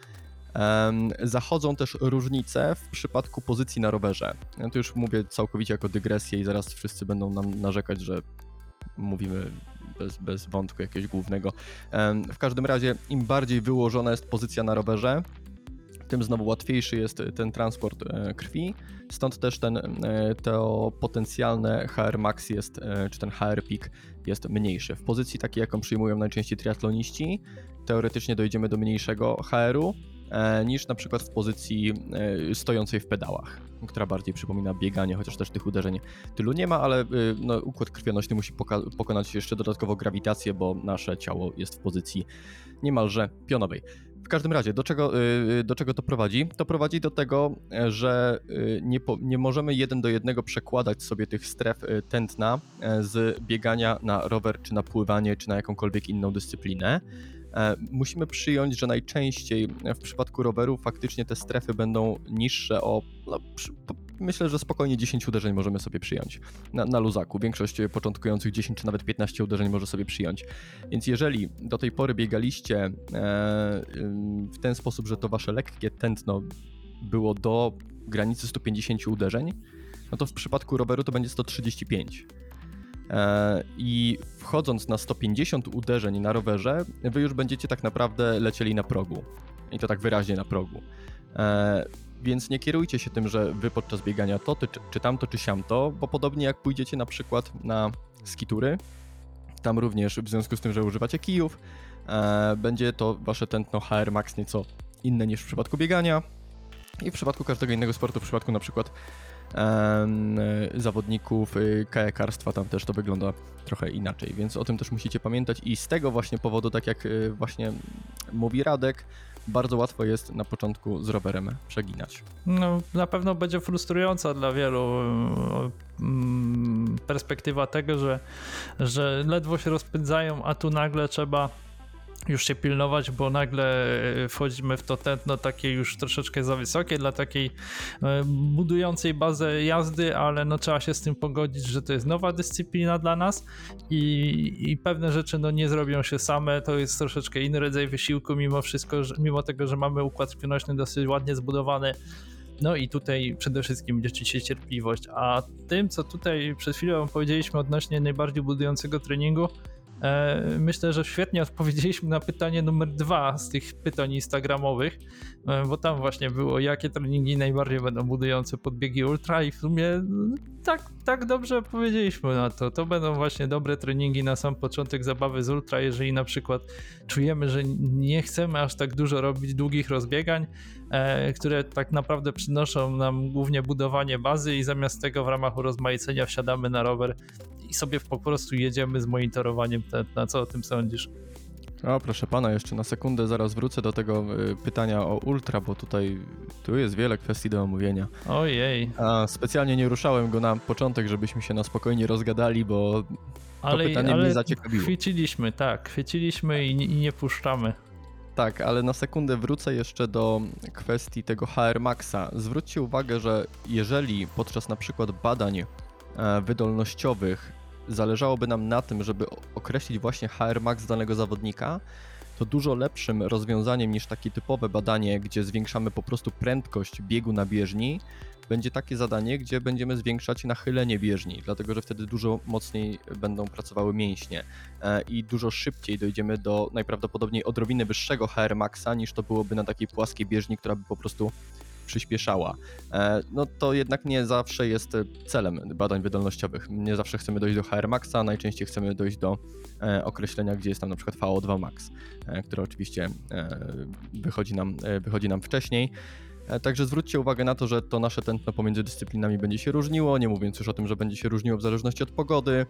zachodzą też różnice w przypadku pozycji na rowerze. Ja tu już mówię całkowicie jako dygresję i zaraz wszyscy będą nam narzekać, że mówimy bez, bez wątku jakiegoś głównego. W każdym razie im bardziej wyłożona jest pozycja na rowerze, tym znowu łatwiejszy jest ten transport krwi, stąd też ten to potencjalne H R max jest, czy ten H R peak jest mniejszy. W pozycji takiej, jaką przyjmują najczęściej triatloniści, teoretycznie dojdziemy do mniejszego H R u, e, niż na przykład w pozycji e, stojącej w pedałach, która bardziej przypomina bieganie, chociaż też tych uderzeń tylu nie ma, ale e, no, układ krwionośny musi poka- pokonać jeszcze dodatkowo grawitację, bo nasze ciało jest w pozycji niemalże pionowej. W każdym razie, do czego, do czego to prowadzi? To prowadzi do tego, że nie, po, nie możemy jeden do jednego przekładać sobie tych stref tętna z biegania na rower, czy na pływanie, czy na jakąkolwiek inną dyscyplinę. Musimy przyjąć, że najczęściej w przypadku roweru faktycznie te strefy będą niższe o, no, przy, po, myślę, że spokojnie dziesięć uderzeń możemy sobie przyjąć na, na luzaku. Większość początkujących dziesięć czy nawet piętnaście uderzeń może sobie przyjąć. Więc jeżeli do tej pory biegaliście e, w ten sposób, że to wasze lekkie tętno było do granicy sto pięćdziesiąt uderzeń, no to w przypadku roweru to będzie sto trzydzieści pięć. I wchodząc na sto pięćdziesiąt uderzeń na rowerze, wy już będziecie tak naprawdę lecieli na progu. I to tak wyraźnie na progu. Więc nie kierujcie się tym, że wy podczas biegania to, ty, czy tamto, czy siamto, bo podobnie jak pójdziecie na przykład na skitury, tam również w związku z tym, że używacie kijów, będzie to wasze tętno H R Max nieco inne niż w przypadku biegania. I w przypadku każdego innego sportu, w przypadku na przykład zawodników kajakarstwa, tam też to wygląda trochę inaczej, więc o tym też musicie pamiętać i z tego właśnie powodu, tak jak właśnie mówi Radek, bardzo łatwo jest na początku z rowerem przeginać. No, na pewno będzie frustrująca dla wielu perspektywa tego, że, że ledwo się rozpędzają, a tu nagle trzeba już się pilnować, bo nagle wchodzimy w to tętno takie już troszeczkę za wysokie dla takiej budującej bazę jazdy, ale no trzeba się z tym pogodzić, że to jest nowa dyscyplina dla nas i, i pewne rzeczy no nie zrobią się same, to jest troszeczkę inny rodzaj wysiłku mimo wszystko, że, mimo tego, że mamy układ krwionośny dosyć ładnie zbudowany. No i tutaj przede wszystkim liczy się cierpliwość, a tym, co tutaj przed chwilą powiedzieliśmy odnośnie najbardziej budującego treningu, myślę, że świetnie odpowiedzieliśmy na pytanie numer dwa z tych pytań instagramowych, bo tam właśnie było, jakie treningi najbardziej będą budujące podbiegi ultra i w sumie tak, tak dobrze odpowiedzieliśmy na to. To będą właśnie dobre treningi na sam początek zabawy z ultra, jeżeli na przykład czujemy, że nie chcemy aż tak dużo robić długich rozbiegań, które tak naprawdę przynoszą nam głównie budowanie bazy i zamiast tego w ramach urozmaicenia wsiadamy na rower i sobie po prostu jedziemy z monitorowaniem tętna. Co o tym sądzisz? O, proszę pana, jeszcze na sekundę zaraz wrócę do tego y, pytania o ultra, bo tutaj tu jest wiele kwestii do omówienia. Ojej. A specjalnie nie ruszałem go na początek, żebyśmy się na spokojnie rozgadali, bo to ale, pytanie ale mnie zaciekawiło. Chwyciliśmy, tak, chwyciliśmy i, i nie puszczamy. Tak, ale na sekundę wrócę jeszcze do kwestii tego H R Maxa. Zwróćcie uwagę, że jeżeli podczas na przykład badań e, wydolnościowych zależałoby nam na tym, żeby określić właśnie H R Max danego zawodnika, to dużo lepszym rozwiązaniem niż takie typowe badanie, gdzie zwiększamy po prostu prędkość biegu na bieżni, będzie takie zadanie, gdzie będziemy zwiększać nachylenie bieżni, dlatego że wtedy dużo mocniej będą pracowały mięśnie i dużo szybciej dojdziemy do najprawdopodobniej odrobiny wyższego H R Maxa niż to byłoby na takiej płaskiej bieżni, która by po prostu przyspieszała. No to jednak nie zawsze jest celem badań wydolnościowych. Nie zawsze chcemy dojść do H R Maxa, najczęściej chcemy dojść do określenia, gdzie jest tam na przykład V O dwa max, które oczywiście wychodzi nam, wychodzi nam wcześniej. Także zwróćcie uwagę na to, że to nasze tętno pomiędzy dyscyplinami będzie się różniło, nie mówiąc już o tym, że będzie się różniło w zależności od pogody,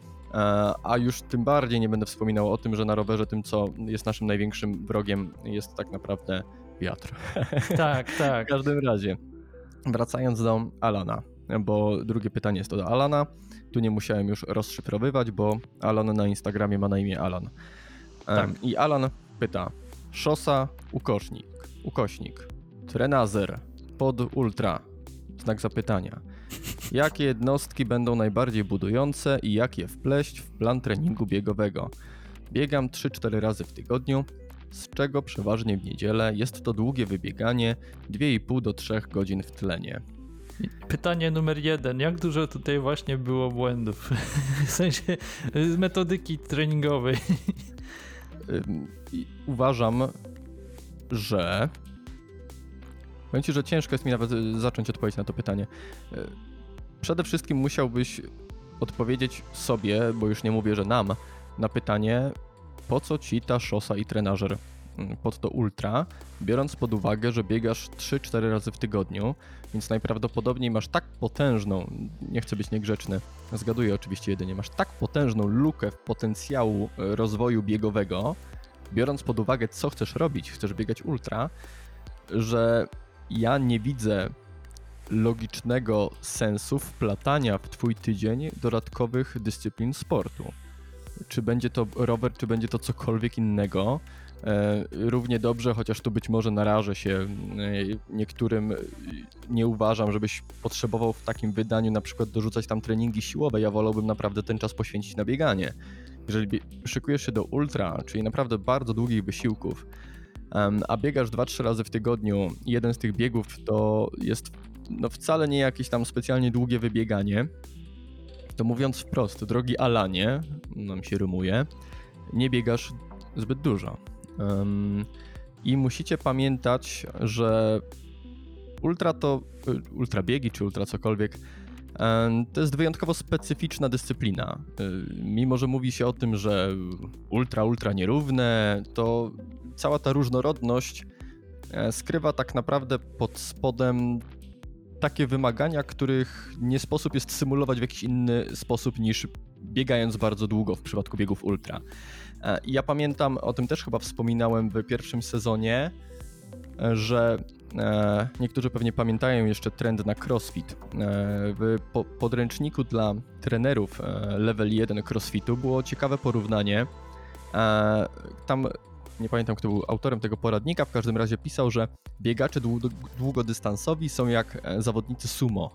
a już tym bardziej nie będę wspominał o tym, że na rowerze tym, co jest naszym największym wrogiem, jest tak naprawdę wiatr. Tak, tak. W każdym razie, wracając do Alana, bo drugie pytanie jest to do Alana, tu nie musiałem już rozszyfrowywać, bo Alan na Instagramie ma na imię Alan. Tak. I Alan pyta, szosa, ukośnik, ukośnik, trenazer, pod ultra, znak zapytania. Jakie jednostki będą najbardziej budujące i jak je wpleść w plan treningu biegowego? Biegam trzy cztery razy w tygodniu, z czego przeważnie w niedzielę. Jest to długie wybieganie, dwie i pół do trzech godzin w tlenie. Pytanie numer jeden. Jak dużo tutaj właśnie było błędów? W sensie z metodyki treningowej. Uważam, że... Powiem ci, że ciężko jest mi nawet zacząć odpowiedzieć na to pytanie. Przede wszystkim musiałbyś odpowiedzieć sobie, bo już nie mówię, że nam, na pytanie, po co ci ta szosa i trenażer pod to ultra, biorąc pod uwagę, że biegasz trzy cztery razy w tygodniu, więc najprawdopodobniej masz tak potężną, nie chcę być niegrzeczny, zgaduję oczywiście jedynie, masz tak potężną lukę w potencjału rozwoju biegowego, biorąc pod uwagę, co chcesz robić, chcesz biegać ultra, że ja nie widzę logicznego sensu wplatania w twój tydzień dodatkowych dyscyplin sportu. Czy będzie to rower, czy będzie to cokolwiek innego, e, równie dobrze, chociaż tu być może narażę się e, niektórym, nie uważam, żebyś potrzebował w takim wydaniu na przykład dorzucać tam treningi siłowe, ja wolałbym naprawdę ten czas poświęcić na bieganie. Jeżeli bie- szykujesz się do ultra, czyli naprawdę bardzo długich wysiłków, um, a biegasz dwa trzy razy w tygodniu, jeden z tych biegów to jest no wcale nie jakieś tam specjalnie długie wybieganie, to mówiąc wprost, drogi Alanie, nam się rymuje, nie biegasz zbyt dużo. Um, I musicie pamiętać, że ultra to, ultra biegi czy ultra cokolwiek, um, to jest wyjątkowo specyficzna dyscyplina. Um, mimo, że mówi się o tym, że ultra, ultra nierówne, to cała ta różnorodność um, skrywa tak naprawdę pod spodem takie wymagania, których nie sposób jest symulować w jakiś inny sposób niż biegając bardzo długo w przypadku biegów ultra. Ja pamiętam, o tym też chyba wspominałem w pierwszym sezonie, że niektórzy pewnie pamiętają jeszcze trend na crossfit. W podręczniku dla trenerów level jeden crossfitu było ciekawe porównanie. Tam nie pamiętam, kto był autorem tego poradnika, w każdym razie pisał, że biegacze długodystansowi są jak zawodnicy sumo.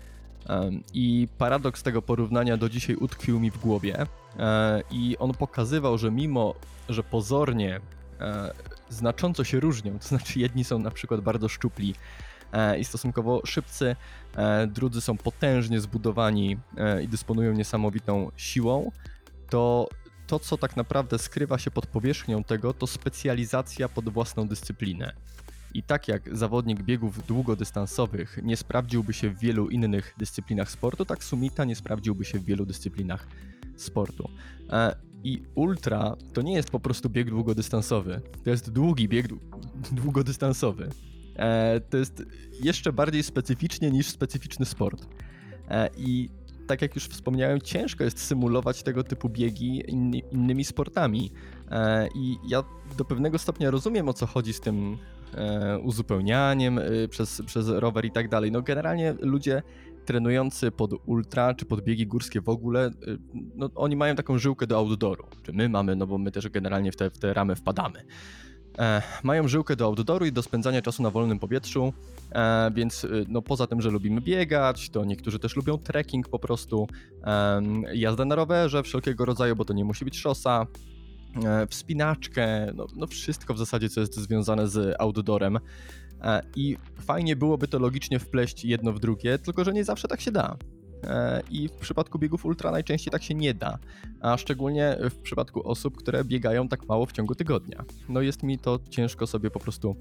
I paradoks tego porównania do dzisiaj utkwił mi w głowie i on pokazywał, że mimo, że pozornie znacząco się różnią, to znaczy jedni są na przykład bardzo szczupli i stosunkowo szybcy, drudzy są potężnie zbudowani i dysponują niesamowitą siłą, to to, co tak naprawdę skrywa się pod powierzchnią tego, to specjalizacja pod własną dyscyplinę. I tak jak zawodnik biegów długodystansowych nie sprawdziłby się w wielu innych dyscyplinach sportu, tak Sumita nie sprawdziłby się w wielu dyscyplinach sportu. I ultra to nie jest po prostu bieg długodystansowy, to jest długi bieg długodystansowy. To jest jeszcze bardziej specyficznie niż specyficzny sport. I tak jak już wspomniałem, ciężko jest symulować tego typu biegi inni, innymi sportami. E, I ja do pewnego stopnia rozumiem, o co chodzi z tym e, uzupełnianiem e, przez, przez rower i tak dalej. No generalnie ludzie trenujący pod ultra czy pod biegi górskie w ogóle, e, no oni mają taką żyłkę do outdooru. Czy my mamy, no bo my też generalnie w te, w te ramy wpadamy. E, mają żyłkę do outdooru i do spędzania czasu na wolnym powietrzu, e, więc no, poza tym, że lubimy biegać, to niektórzy też lubią trekking po prostu, e, jazdę na rowerze wszelkiego rodzaju, bo to nie musi być szosa, e, wspinaczkę, no, no wszystko w zasadzie, co jest związane z outdoorem. E, I fajnie byłoby to logicznie wpleść jedno w drugie, tylko że nie zawsze tak się da. I w przypadku biegów ultra najczęściej tak się nie da, a szczególnie w przypadku osób, które biegają tak mało w ciągu tygodnia. No jest mi to ciężko sobie po prostu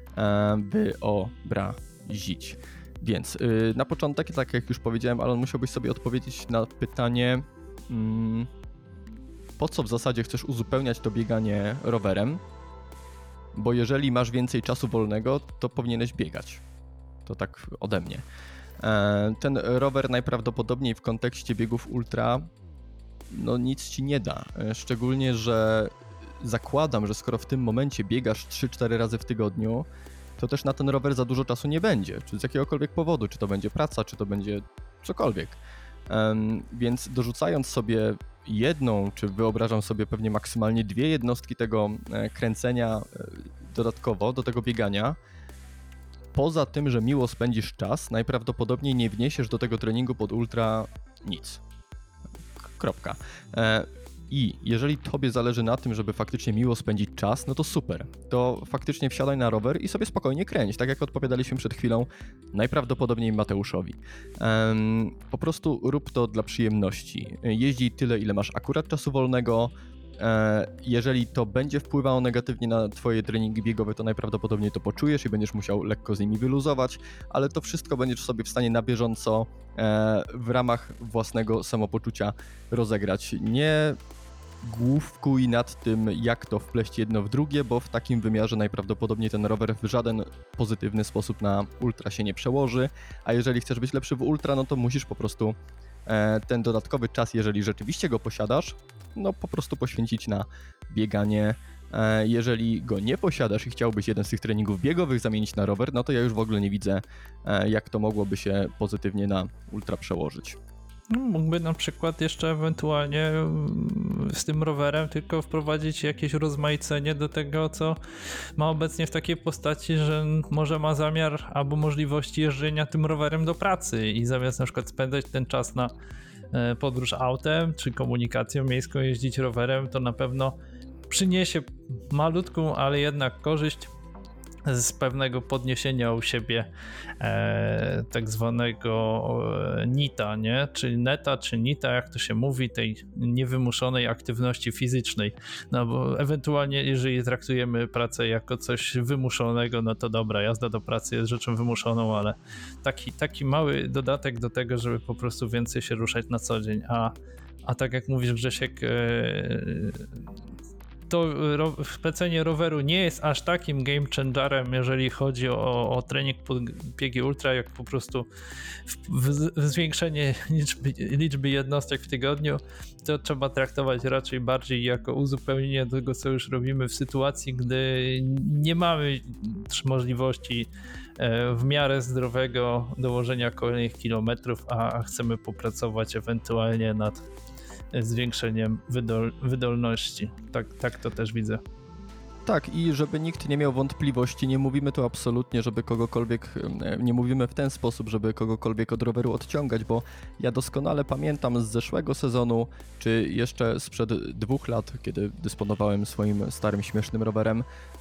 wyobrazić. Więc na początek, tak jak już powiedziałem, Alan, musiałbyś sobie odpowiedzieć na pytanie, po co w zasadzie chcesz uzupełniać to bieganie rowerem, bo jeżeli masz więcej czasu wolnego, to powinieneś biegać. To tak ode mnie. Ten rower najprawdopodobniej w kontekście biegów ultra no nic ci nie da, szczególnie, że zakładam, że skoro w tym momencie biegasz trzy cztery razy w tygodniu, to też na ten rower za dużo czasu nie będzie, czy z jakiegokolwiek powodu, czy to będzie praca, czy to będzie cokolwiek. Więc dorzucając sobie jedną, czy wyobrażam sobie pewnie maksymalnie dwie jednostki tego kręcenia dodatkowo do tego biegania, poza tym, że miło spędzisz czas, najprawdopodobniej nie wniesiesz do tego treningu pod ultra nic. Kropka. I jeżeli tobie zależy na tym, żeby faktycznie miło spędzić czas, no to super. To faktycznie wsiadaj na rower i sobie spokojnie kręć, tak jak odpowiadaliśmy przed chwilą najprawdopodobniej Mateuszowi. Po prostu rób to dla przyjemności. Jeźdź tyle, ile masz akurat czasu wolnego. Jeżeli to będzie wpływało negatywnie na twoje treningi biegowe, to najprawdopodobniej to poczujesz i będziesz musiał lekko z nimi wyluzować, ale to wszystko będziesz sobie w stanie na bieżąco w ramach własnego samopoczucia rozegrać. Nie główkuj nad tym, jak to wpleść jedno w drugie, bo w takim wymiarze najprawdopodobniej ten rower w żaden pozytywny sposób na ultra się nie przełoży, a jeżeli chcesz być lepszy w ultra, no to musisz po prostu e, ten dodatkowy czas, jeżeli rzeczywiście go posiadasz, no po prostu poświęcić na bieganie. E, jeżeli go nie posiadasz i chciałbyś jeden z tych treningów biegowych zamienić na rower, no to ja już w ogóle nie widzę, e, jak to mogłoby się pozytywnie na ultra przełożyć. No, mógłby na przykład jeszcze ewentualnie z tym rowerem tylko wprowadzić jakieś rozmaicenie do tego, co ma obecnie w takiej postaci, że może ma zamiar albo możliwości jeżdżenia tym rowerem do pracy i zamiast na przykład spędzać ten czas na podróż autem czy komunikacją miejską, jeździć rowerem, to na pewno przyniesie malutką, ale jednak korzyść z pewnego podniesienia u siebie e, tak zwanego e, nita, nie? Czy neta, czy nita, jak to się mówi, tej niewymuszonej aktywności fizycznej. No bo ewentualnie, jeżeli traktujemy pracę jako coś wymuszonego, no to dobra, jazda do pracy jest rzeczą wymuszoną, ale taki, taki mały dodatek do tego, żeby po prostu więcej się ruszać na co dzień. A, a tak jak mówisz, Grzesiek, e, to wplecenie roweru nie jest aż takim game changerem, jeżeli chodzi o, o trening pod biegi ultra, jak po prostu w, w, w zwiększenie liczby, liczby jednostek w tygodniu. To trzeba traktować raczej bardziej jako uzupełnienie tego, co już robimy w sytuacji, gdy nie mamy możliwości w miarę zdrowego dołożenia kolejnych kilometrów, a chcemy popracować ewentualnie nad zwiększeniem wydol- wydolności. Tak, tak to też widzę. Tak, i żeby nikt nie miał wątpliwości, nie mówimy tu absolutnie, żeby kogokolwiek, nie mówimy w ten sposób, żeby kogokolwiek od roweru odciągać, bo ja doskonale pamiętam z zeszłego sezonu, czy jeszcze sprzed dwóch lat, kiedy dysponowałem swoim starym, śmiesznym rowerem,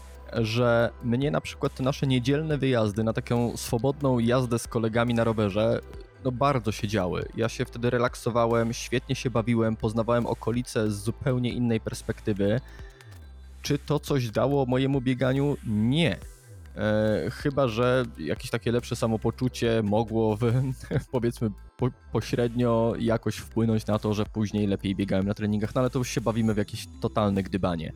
że mnie na przykład te nasze niedzielne wyjazdy na taką swobodną jazdę z kolegami na rowerze no bardzo się działy. Ja się wtedy relaksowałem, świetnie się bawiłem, poznawałem okolice z zupełnie innej perspektywy. Czy to coś dało mojemu bieganiu? Nie. E, chyba że jakieś takie lepsze samopoczucie mogło w, powiedzmy po, pośrednio jakoś wpłynąć na to, że później lepiej biegałem na treningach, no ale to już się bawimy w jakieś totalne gdybanie.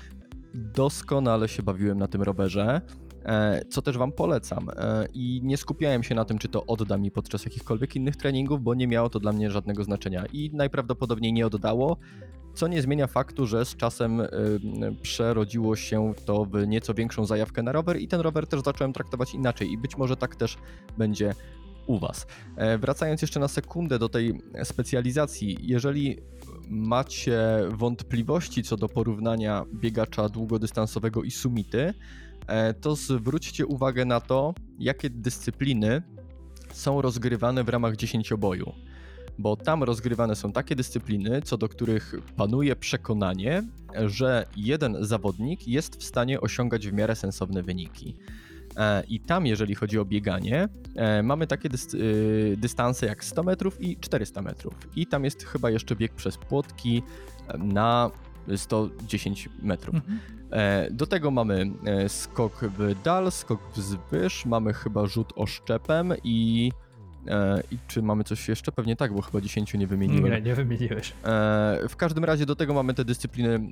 Doskonale się bawiłem na tym rowerze, co też wam polecam, i nie skupiałem się na tym, czy to odda mi podczas jakichkolwiek innych treningów, bo nie miało to dla mnie żadnego znaczenia i najprawdopodobniej nie oddało, co nie zmienia faktu, że z czasem przerodziło się to w nieco większą zajawkę na rower i ten rower też zacząłem traktować inaczej i być może tak też będzie u was. Wracając jeszcze na sekundę do tej specjalizacji, jeżeli macie wątpliwości co do porównania biegacza długodystansowego i summity, to zwróćcie uwagę na to, jakie dyscypliny są rozgrywane w ramach dziesięcioboju. Bo tam rozgrywane są takie dyscypliny, co do których panuje przekonanie, że jeden zawodnik jest w stanie osiągać w miarę sensowne wyniki. I tam, jeżeli chodzi o bieganie, mamy takie dys- dystanse jak sto metrów i czterysta metrów. I tam jest chyba jeszcze bieg przez płotki na sto dziesięć metrów. Mhm. Do tego mamy skok w dal, skok wzwyż, mamy chyba rzut oszczepem i, i czy mamy coś jeszcze? Pewnie tak, bo chyba dziesięciu nie wymieniłem. Nie, nie wymieniłeś. W każdym razie do tego mamy te dyscypliny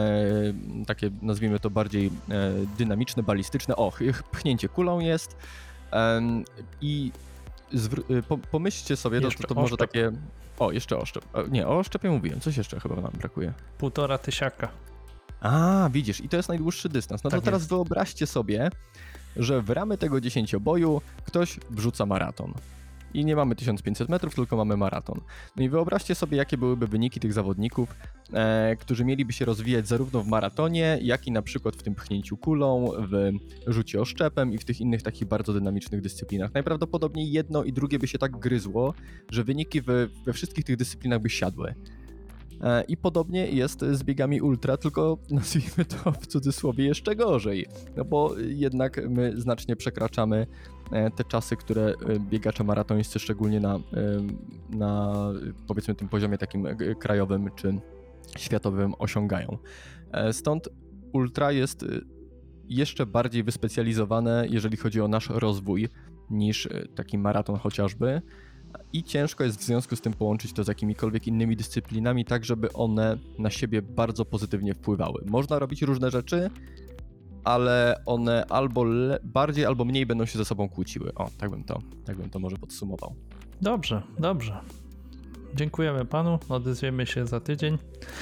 takie, nazwijmy to bardziej dynamiczne, balistyczne. O, pchnięcie kulą jest i zwr- pomyślcie sobie, to, to może takie... O, jeszcze oszczep. Nie, o oszczepie mówiłem, coś jeszcze chyba nam brakuje. Półtora tysiaka. A, widzisz, i to jest najdłuższy dystans. No to tak teraz jest. Wyobraźcie sobie, że w ramy tego dziesięcioboju ktoś wrzuca maraton. I nie mamy tysiąc pięćset metrów, tylko mamy maraton. No i wyobraźcie sobie, jakie byłyby wyniki tych zawodników, e, którzy mieliby się rozwijać zarówno w maratonie, jak i na przykład w tym pchnięciu kulą, w rzucie oszczepem i w tych innych takich bardzo dynamicznych dyscyplinach. Najprawdopodobniej jedno i drugie by się tak gryzło, że wyniki we, we wszystkich tych dyscyplinach by siadły. I podobnie jest z biegami ultra, tylko nazwijmy to w cudzysłowie jeszcze gorzej, no bo jednak my znacznie przekraczamy te czasy, które biegacze maratońscy, szczególnie na, na powiedzmy tym poziomie takim krajowym czy światowym osiągają. Stąd ultra jest jeszcze bardziej wyspecjalizowane, jeżeli chodzi o nasz rozwój, niż taki maraton chociażby. i ciężko jest w związku z tym połączyć to z jakimikolwiek innymi dyscyplinami, tak żeby one na siebie bardzo pozytywnie wpływały. Można robić różne rzeczy, ale one albo le- bardziej, albo mniej będą się ze sobą kłóciły. O, tak bym to, tak bym to może podsumował. Dobrze, dobrze. Dziękujemy panu, odezwiemy się za tydzień.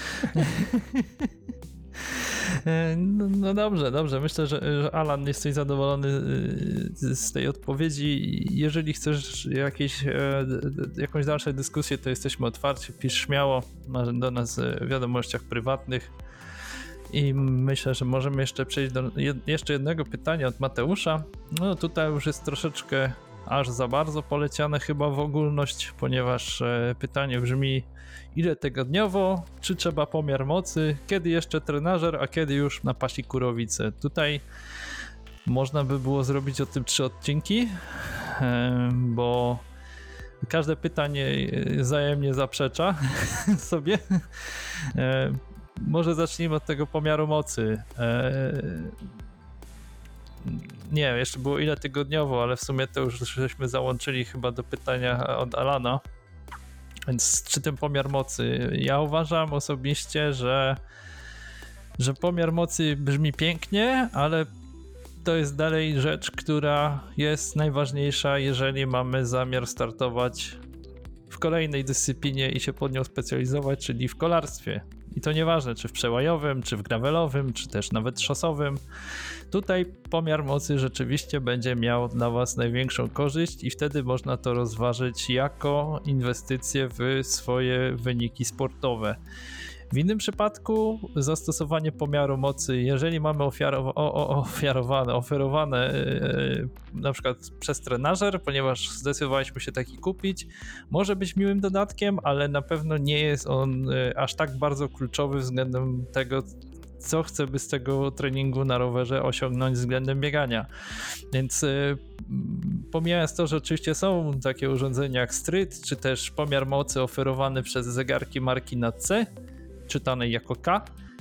No, no dobrze, dobrze. Myślę, że, że Alan, jesteś zadowolony z tej odpowiedzi. Jeżeli chcesz jakieś, jakąś dalszą dyskusję, to jesteśmy otwarci. Pisz śmiało do nas w wiadomościach prywatnych. I myślę, że możemy jeszcze przejść do jeszcze jednego pytania od Mateusza. No tutaj już jest troszeczkę aż za bardzo poleciane chyba w ogólność, ponieważ pytanie brzmi: ile tygodniowo, czy trzeba pomiar mocy, kiedy jeszcze trenażer, a kiedy już na pasi kurowice? Tutaj można by było zrobić o tym trzy odcinki, bo każde pytanie wzajemnie zaprzecza sobie. Może zacznijmy od tego pomiaru mocy. Nie, jeszcze było ile tygodniowo, ale w sumie to już żeśmy załączyli chyba do pytania od Alana. Więc czy ten pomiar mocy? Ja uważam osobiście, że, że pomiar mocy brzmi pięknie, ale to jest dalej rzecz, która jest najważniejsza, jeżeli mamy zamiar startować w kolejnej dyscyplinie i się pod nią specjalizować, czyli w kolarstwie. I to nieważne, czy w przełajowym, czy w gravelowym, czy też nawet szosowym. Tutaj pomiar mocy rzeczywiście będzie miał dla was największą korzyść i wtedy można to rozważyć jako inwestycje w swoje wyniki sportowe. W innym przypadku zastosowanie pomiaru mocy, jeżeli mamy ofiarow- o, o, ofiarowane, oferowane yy, na przykład przez trenażer, ponieważ zdecydowaliśmy się taki kupić, może być miłym dodatkiem, ale na pewno nie jest on yy, aż tak bardzo kluczowy względem tego, co chcemy z tego treningu na rowerze osiągnąć względem biegania. Więc yy, pomijając to, że oczywiście są takie urządzenia jak Stryd, czy też pomiar mocy oferowany przez zegarki marki N A C, czytanej jako K.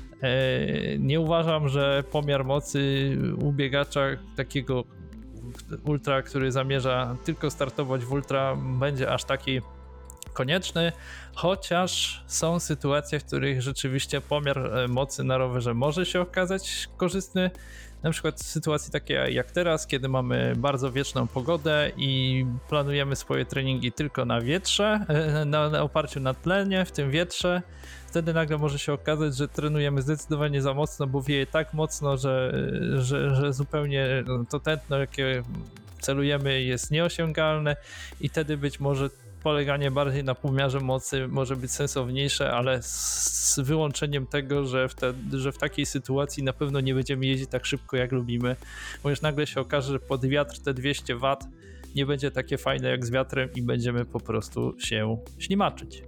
Nie uważam, że pomiar mocy u biegacza takiego ultra, który zamierza tylko startować w ultra, będzie aż taki konieczny, chociaż są sytuacje, w których rzeczywiście pomiar mocy na rowerze może się okazać korzystny. Na przykład w sytuacji takiej jak teraz, kiedy mamy bardzo wieczną pogodę i planujemy swoje treningi tylko na wietrze, na, na oparciu na tlenie w tym wietrze, wtedy nagle może się okazać, że trenujemy zdecydowanie za mocno, bo wieje tak mocno, że, że, że zupełnie to tętno, jakie celujemy, jest nieosiągalne i wtedy być może poleganie bardziej na pomiarze mocy może być sensowniejsze, ale z wyłączeniem tego, że w, te, że w takiej sytuacji na pewno nie będziemy jeździć tak szybko, jak lubimy, bo już nagle się okaże, że pod wiatr te dwieście watów nie będzie takie fajne jak z wiatrem i będziemy po prostu się ślimaczyć.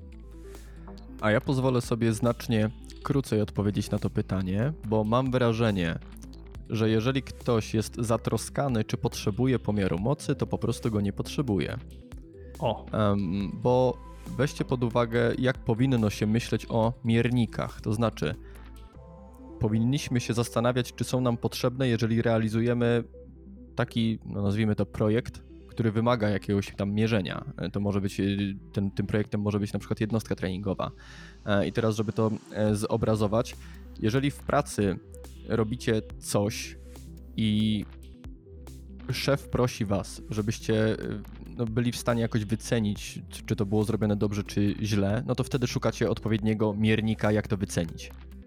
A ja pozwolę sobie znacznie krócej odpowiedzieć na to pytanie, bo mam wrażenie, że jeżeli ktoś jest zatroskany, czy potrzebuje pomiaru mocy, to po prostu go nie potrzebuje. O. Um, bo weźcie pod uwagę, jak powinno się myśleć o miernikach. To znaczy, powinniśmy się zastanawiać, czy są nam potrzebne, jeżeli realizujemy taki, no nazwijmy to, projekt, który wymaga jakiegoś tam mierzenia. To może być, ten, tym projektem może być na przykład jednostka treningowa. I teraz, żeby to zobrazować, jeżeli w pracy robicie coś i szef prosi was, żebyście no, byli w stanie jakoś wycenić, czy to było zrobione dobrze, czy źle, no to wtedy szukacie odpowiedniego miernika, jak to wycenić.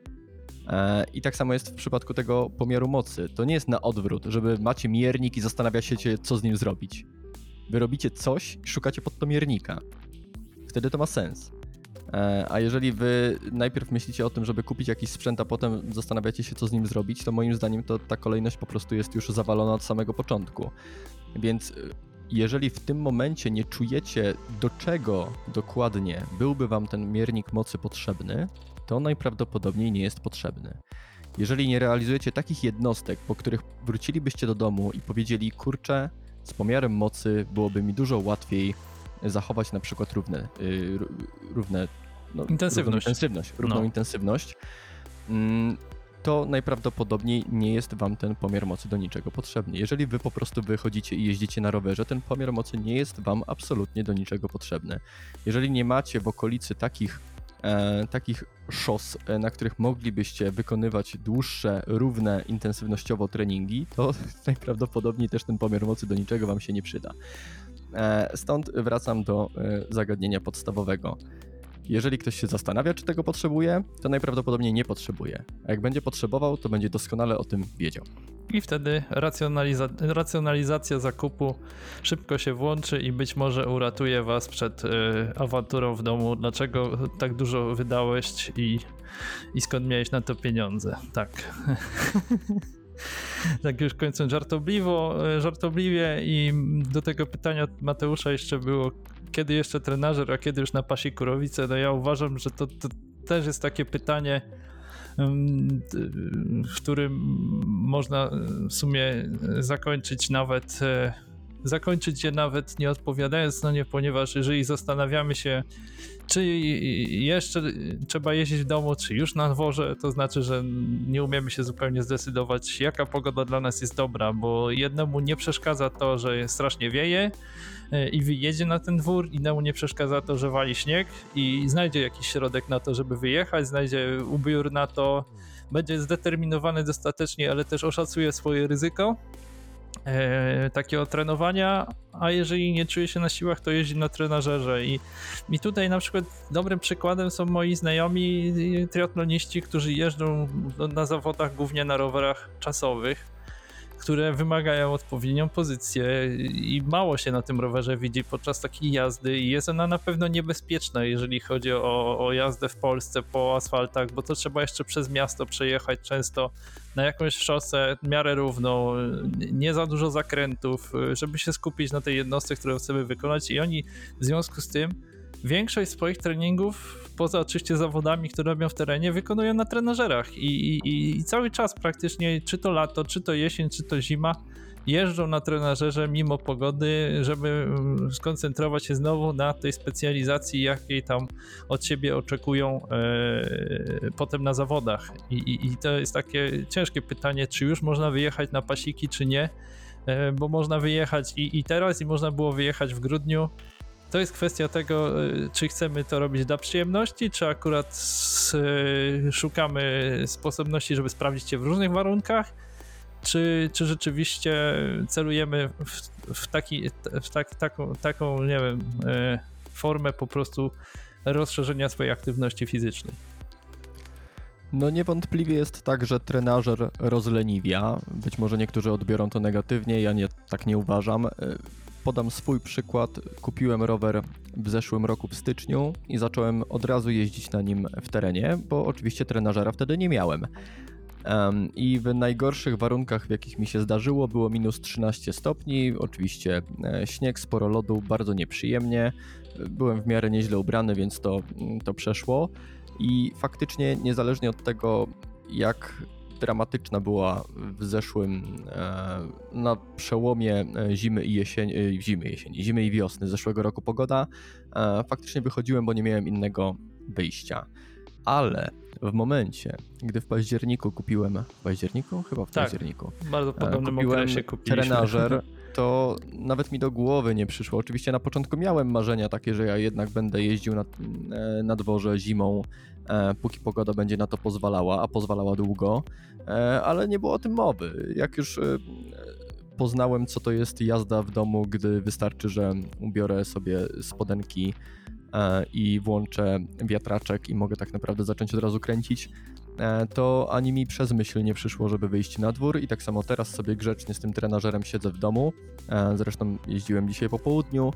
I tak samo jest w przypadku tego pomiaru mocy. To nie jest na odwrót, żeby macie miernik i zastanawiacie się, co z nim zrobić. Wy robicie coś i szukacie pod to miernika. Wtedy to ma sens. A jeżeli wy najpierw myślicie o tym, żeby kupić jakiś sprzęt, a potem zastanawiacie się, co z nim zrobić, to moim zdaniem to ta kolejność po prostu jest już zawalona od samego początku. Więc jeżeli w tym momencie nie czujecie, do czego dokładnie byłby wam ten miernik mocy potrzebny, to najprawdopodobniej nie jest potrzebny. Jeżeli nie realizujecie takich jednostek, po których wrócilibyście do domu i powiedzieli, kurczę, z pomiarem mocy byłoby mi dużo łatwiej zachować na przykład równe, yy, równe no, intensywność. Równą intensywność, równą no. intensywność, to najprawdopodobniej nie jest wam ten pomiar mocy do niczego potrzebny. Jeżeli wy po prostu wychodzicie i jeździcie na rowerze, ten pomiar mocy nie jest wam absolutnie do niczego potrzebny. Jeżeli nie macie w okolicy takich, e, takich szos, e, na których moglibyście wykonywać dłuższe, równe, intensywnościowo treningi, to najprawdopodobniej też ten pomiar mocy do niczego wam się nie przyda. E, stąd wracam do e, zagadnienia podstawowego. Jeżeli ktoś się zastanawia, czy tego potrzebuje, to najprawdopodobniej nie potrzebuje. A jak będzie potrzebował, to będzie doskonale o tym wiedział. I wtedy racjonaliza- racjonalizacja zakupu szybko się włączy i być może uratuje was przed y, awanturą w domu. Dlaczego tak dużo wydałeś i, i skąd miałeś na to pieniądze? Tak. Tak już kończąc żartobliwo, żartobliwie i do tego pytania Mateusza jeszcze było, kiedy jeszcze trenażer, a kiedy już na pasi Kurowice. No ja uważam, że to, to też jest takie pytanie, w którym można w sumie zakończyć nawet zakończyć je nawet nie odpowiadając na nie, ponieważ jeżeli zastanawiamy się, czy jeszcze trzeba jeździć w domu, czy już na dworze, to znaczy, że nie umiemy się zupełnie zdecydować, jaka pogoda dla nas jest dobra, bo jednemu nie przeszkadza to, że strasznie wieje i wyjedzie na ten dwór, innemu nie przeszkadza to, że wali śnieg i znajdzie jakiś środek na to, żeby wyjechać, znajdzie ubiór na to, będzie zdeterminowany dostatecznie, ale też oszacuje swoje ryzyko e, takiego trenowania, a jeżeli nie czuje się na siłach, to jeździ na trenażerze i, i tutaj na przykład dobrym przykładem są moi znajomi triatloniści, którzy jeżdżą na zawodach głównie na rowerach czasowych, które wymagają odpowiednią pozycję i mało się na tym rowerze widzi podczas takiej jazdy i jest ona na pewno niebezpieczna, jeżeli chodzi o, o jazdę w Polsce po asfaltach, bo to trzeba jeszcze przez miasto przejechać często na jakąś szosę w miarę równą, nie za dużo zakrętów, żeby się skupić na tej jednostce, którą chcemy wykonać i oni w związku z tym większość swoich treningów, poza oczywiście zawodami, które robią w terenie, wykonują na trenażerach i, i, i cały czas praktycznie, czy to lato, czy to jesień, czy to zima, jeżdżą na trenażerze mimo pogody, żeby skoncentrować się znowu na tej specjalizacji, jakiej tam od siebie oczekują e, potem na zawodach. I, i, I to jest takie ciężkie pytanie, czy już można wyjechać na pasiki, czy nie, e, bo można wyjechać i, i teraz, i można było wyjechać w grudniu. To jest kwestia tego, czy chcemy to robić dla przyjemności, czy akurat s, szukamy sposobności, żeby sprawdzić się w różnych warunkach, czy, czy rzeczywiście celujemy w, w, taki, w tak, taką, taką, nie wiem, formę po prostu rozszerzenia swojej aktywności fizycznej. No niewątpliwie jest tak, że trenażer rozleniwia. Być może niektórzy odbiorą to negatywnie, ja nie, tak nie uważam. Podam swój przykład. Kupiłem rower w zeszłym roku w styczniu i zacząłem od razu jeździć na nim w terenie, bo oczywiście trenażera wtedy nie miałem. Um, I w najgorszych warunkach, w jakich mi się zdarzyło, było minus trzynaście stopni, oczywiście e, śnieg, sporo lodu, bardzo nieprzyjemnie. Byłem w miarę nieźle ubrany, więc to, to przeszło. I faktycznie niezależnie od tego, jak dramatyczna była w zeszłym, e, na przełomie zimy i jesieni, zimy, jesieni, zimy i wiosny zeszłego roku pogoda, e, faktycznie wychodziłem, bo nie miałem innego wyjścia. Ale w momencie, gdy w październiku kupiłem, w październiku? Chyba w tak, październiku. W bardzo podobnym kupiłem okresie kupiliśmy. trenażer, to nawet mi do głowy nie przyszło. Oczywiście na początku miałem marzenia takie, że ja jednak będę jeździł na, na dworze zimą, póki pogoda będzie na to pozwalała, a pozwalała długo, ale nie było o tym mowy. Jak już poznałem, co to jest jazda w domu, gdy wystarczy, że ubiorę sobie spodenki i włączę wiatraczek i mogę tak naprawdę zacząć od razu kręcić, to ani mi przez myśl nie przyszło, żeby wyjść na dwór i tak samo teraz sobie grzecznie z tym trenażerem siedzę w domu. Zresztą jeździłem dzisiaj po południu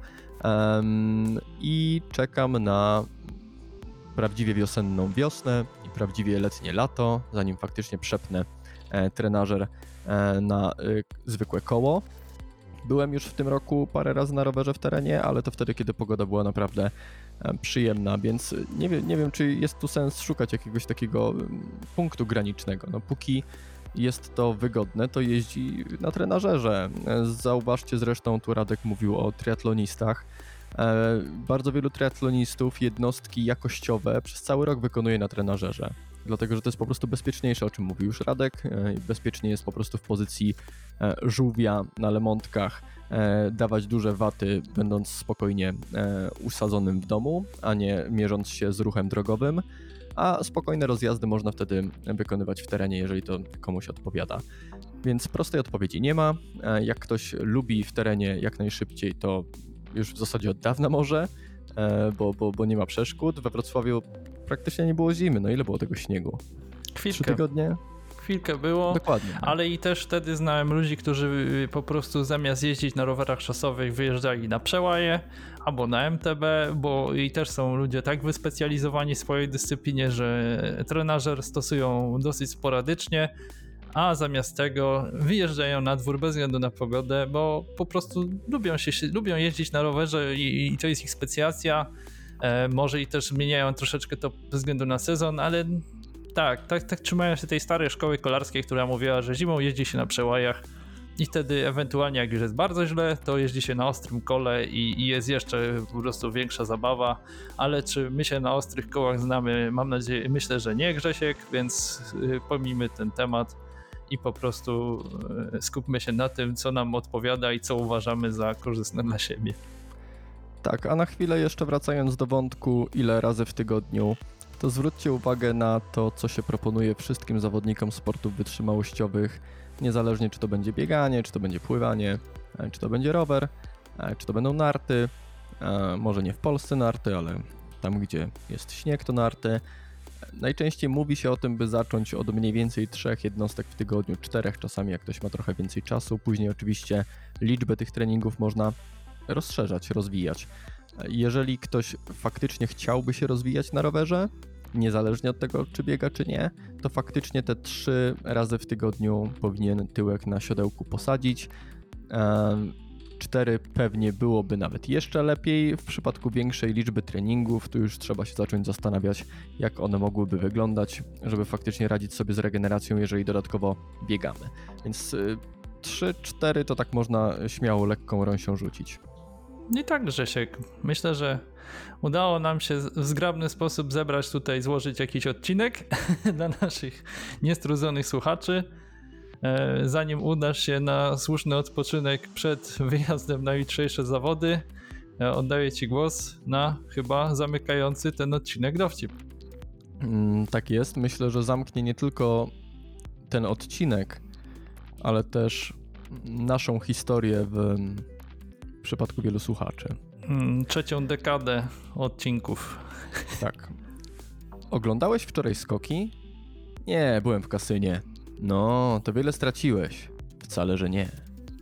i czekam na prawdziwie wiosenną wiosnę i prawdziwie letnie lato, zanim faktycznie przepnę trenażer na zwykłe koło. Byłem już w tym roku parę razy na rowerze w terenie, ale to wtedy, kiedy pogoda była naprawdę przyjemna, więc nie wiem, nie wiem, czy jest tu sens szukać jakiegoś takiego punktu granicznego. No póki jest to wygodne, to jeździ na trenażerze. Zauważcie zresztą, tu Radek mówił o triatlonistach. Bardzo wielu triatlonistów jednostki jakościowe przez cały rok wykonuje na trenażerze. dlatego że to jest po prostu bezpieczniejsze, o czym mówił już Radek. Bezpiecznie jest po prostu w pozycji żółwia na lemontkach dawać duże waty, będąc spokojnie usadzonym w domu, a nie mierząc się z ruchem drogowym, a spokojne rozjazdy można wtedy wykonywać w terenie, jeżeli to komuś odpowiada. Więc prostej odpowiedzi nie ma. Jak ktoś lubi w terenie jak najszybciej, to już w zasadzie od dawna może, bo, bo, bo nie ma przeszkód. We Wrocławiu praktycznie nie było zimy. No ile było tego śniegu? Chwilkę. Trzy tygodnie? Chwilkę było, Dokładnie. Ale i też wtedy znałem ludzi, którzy po prostu zamiast jeździć na rowerach szosowych wyjeżdżali na przełaje albo na M T B, bo i też są ludzie tak wyspecjalizowani w swojej dyscyplinie, że trenażer stosują dosyć sporadycznie, a zamiast tego wyjeżdżają na dwór bez względu na pogodę, bo po prostu lubią, się, lubią jeździć na rowerze i, i to jest ich specjacja. E, może i też zmieniają troszeczkę to bez względu na sezon, ale tak, tak, tak trzymają się tej starej szkoły kolarskiej, która mówiła, że zimą jeździ się na przełajach i wtedy ewentualnie jak już jest bardzo źle, to jeździ się na ostrym kole i, i jest jeszcze po prostu większa zabawa, ale czy my się na ostrych kołach znamy? Mam nadzieję, myślę, że nie, Grzesiek, więc y, pomijmy ten temat i po prostu y, skupmy się na tym, co nam odpowiada i co uważamy za korzystne dla siebie. Tak, a na chwilę jeszcze wracając do wątku, ile razy w tygodniu, to zwróćcie uwagę na to, co się proponuje wszystkim zawodnikom sportów wytrzymałościowych, niezależnie czy to będzie bieganie, czy to będzie pływanie, czy to będzie rower, czy to będą narty, może nie w Polsce narty, ale tam gdzie jest śnieg to narty. Najczęściej mówi się o tym, by zacząć od mniej więcej trzech jednostek w tygodniu, czterech czasami jak ktoś ma trochę więcej czasu, później oczywiście liczbę tych treningów można rozszerzać, rozwijać. Jeżeli ktoś faktycznie chciałby się rozwijać na rowerze, niezależnie od tego, czy biega, czy nie, to faktycznie te trzy razy w tygodniu powinien tyłek na siodełku posadzić. Cztery pewnie byłoby nawet jeszcze lepiej. W przypadku większej liczby treningów, tu już trzeba się zacząć zastanawiać, jak one mogłyby wyglądać, żeby faktycznie radzić sobie z regeneracją, jeżeli dodatkowo biegamy. Więc trzy cztery to tak można śmiało lekką rąsią rzucić. I tak, Grzesiek, myślę, że udało nam się w zgrabny sposób zebrać tutaj, złożyć jakiś odcinek dla naszych niestrudzonych słuchaczy. Zanim udasz się na słuszny odpoczynek przed wyjazdem na jutrzejsze zawody, oddaję Ci głos na chyba zamykający ten odcinek dowcip. Mm, tak jest. Myślę, że zamknie nie tylko ten odcinek, ale też naszą historię w w przypadku wielu słuchaczy. Hmm, trzecią dekadę odcinków. Tak. Oglądałeś wczoraj skoki? Nie, byłem w kasynie. No, to wiele straciłeś. Wcale, że nie.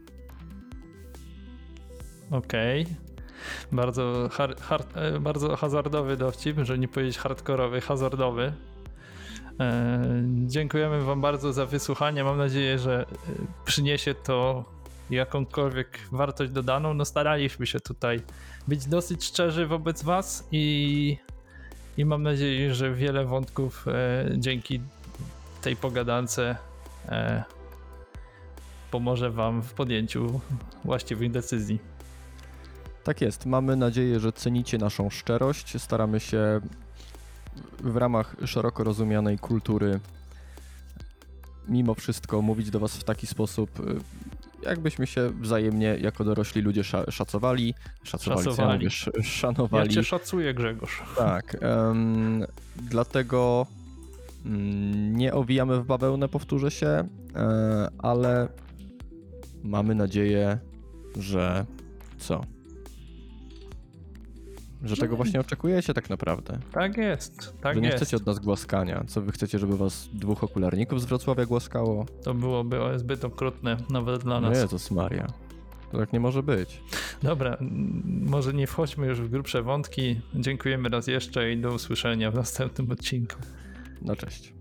Okej. Okay. Bardzo, hard, hard, bardzo hazardowy dowcip, że nie powiedzieć hardkorowy, hazardowy. E, dziękujemy Wam bardzo za wysłuchanie. Mam nadzieję, że przyniesie to jakąkolwiek wartość dodaną. No staraliśmy się tutaj być dosyć szczerzy wobec Was i, i mam nadzieję, że wiele wątków e, dzięki tej pogadance e, pomoże Wam w podjęciu właściwych decyzji. Tak jest. Mamy nadzieję, że cenicie naszą szczerość. Staramy się w ramach szeroko rozumianej kultury mimo wszystko mówić do Was w taki sposób, jakbyśmy się wzajemnie jako dorośli ludzie sza- szacowali. Szacowali, Szacowali. Co ja mówię, sz- szanowali. Ja Cię szacuję, Grzegorz. Tak. Um, dlatego um, nie owijamy w bawełnę, powtórzę się, um, ale mamy nadzieję, że co? Że tego właśnie oczekujecie tak naprawdę. Tak jest, tak że nie jest. chcecie od nas głaskania. Co wy chcecie, żeby was dwóch okularników z Wrocławia głaskało? To byłoby zbyt okrutne nawet dla nas. No Jezus Maria. To tak nie może być. Dobra, może nie wchodźmy już w grubsze wątki. Dziękujemy raz jeszcze i do usłyszenia w następnym odcinku. No cześć.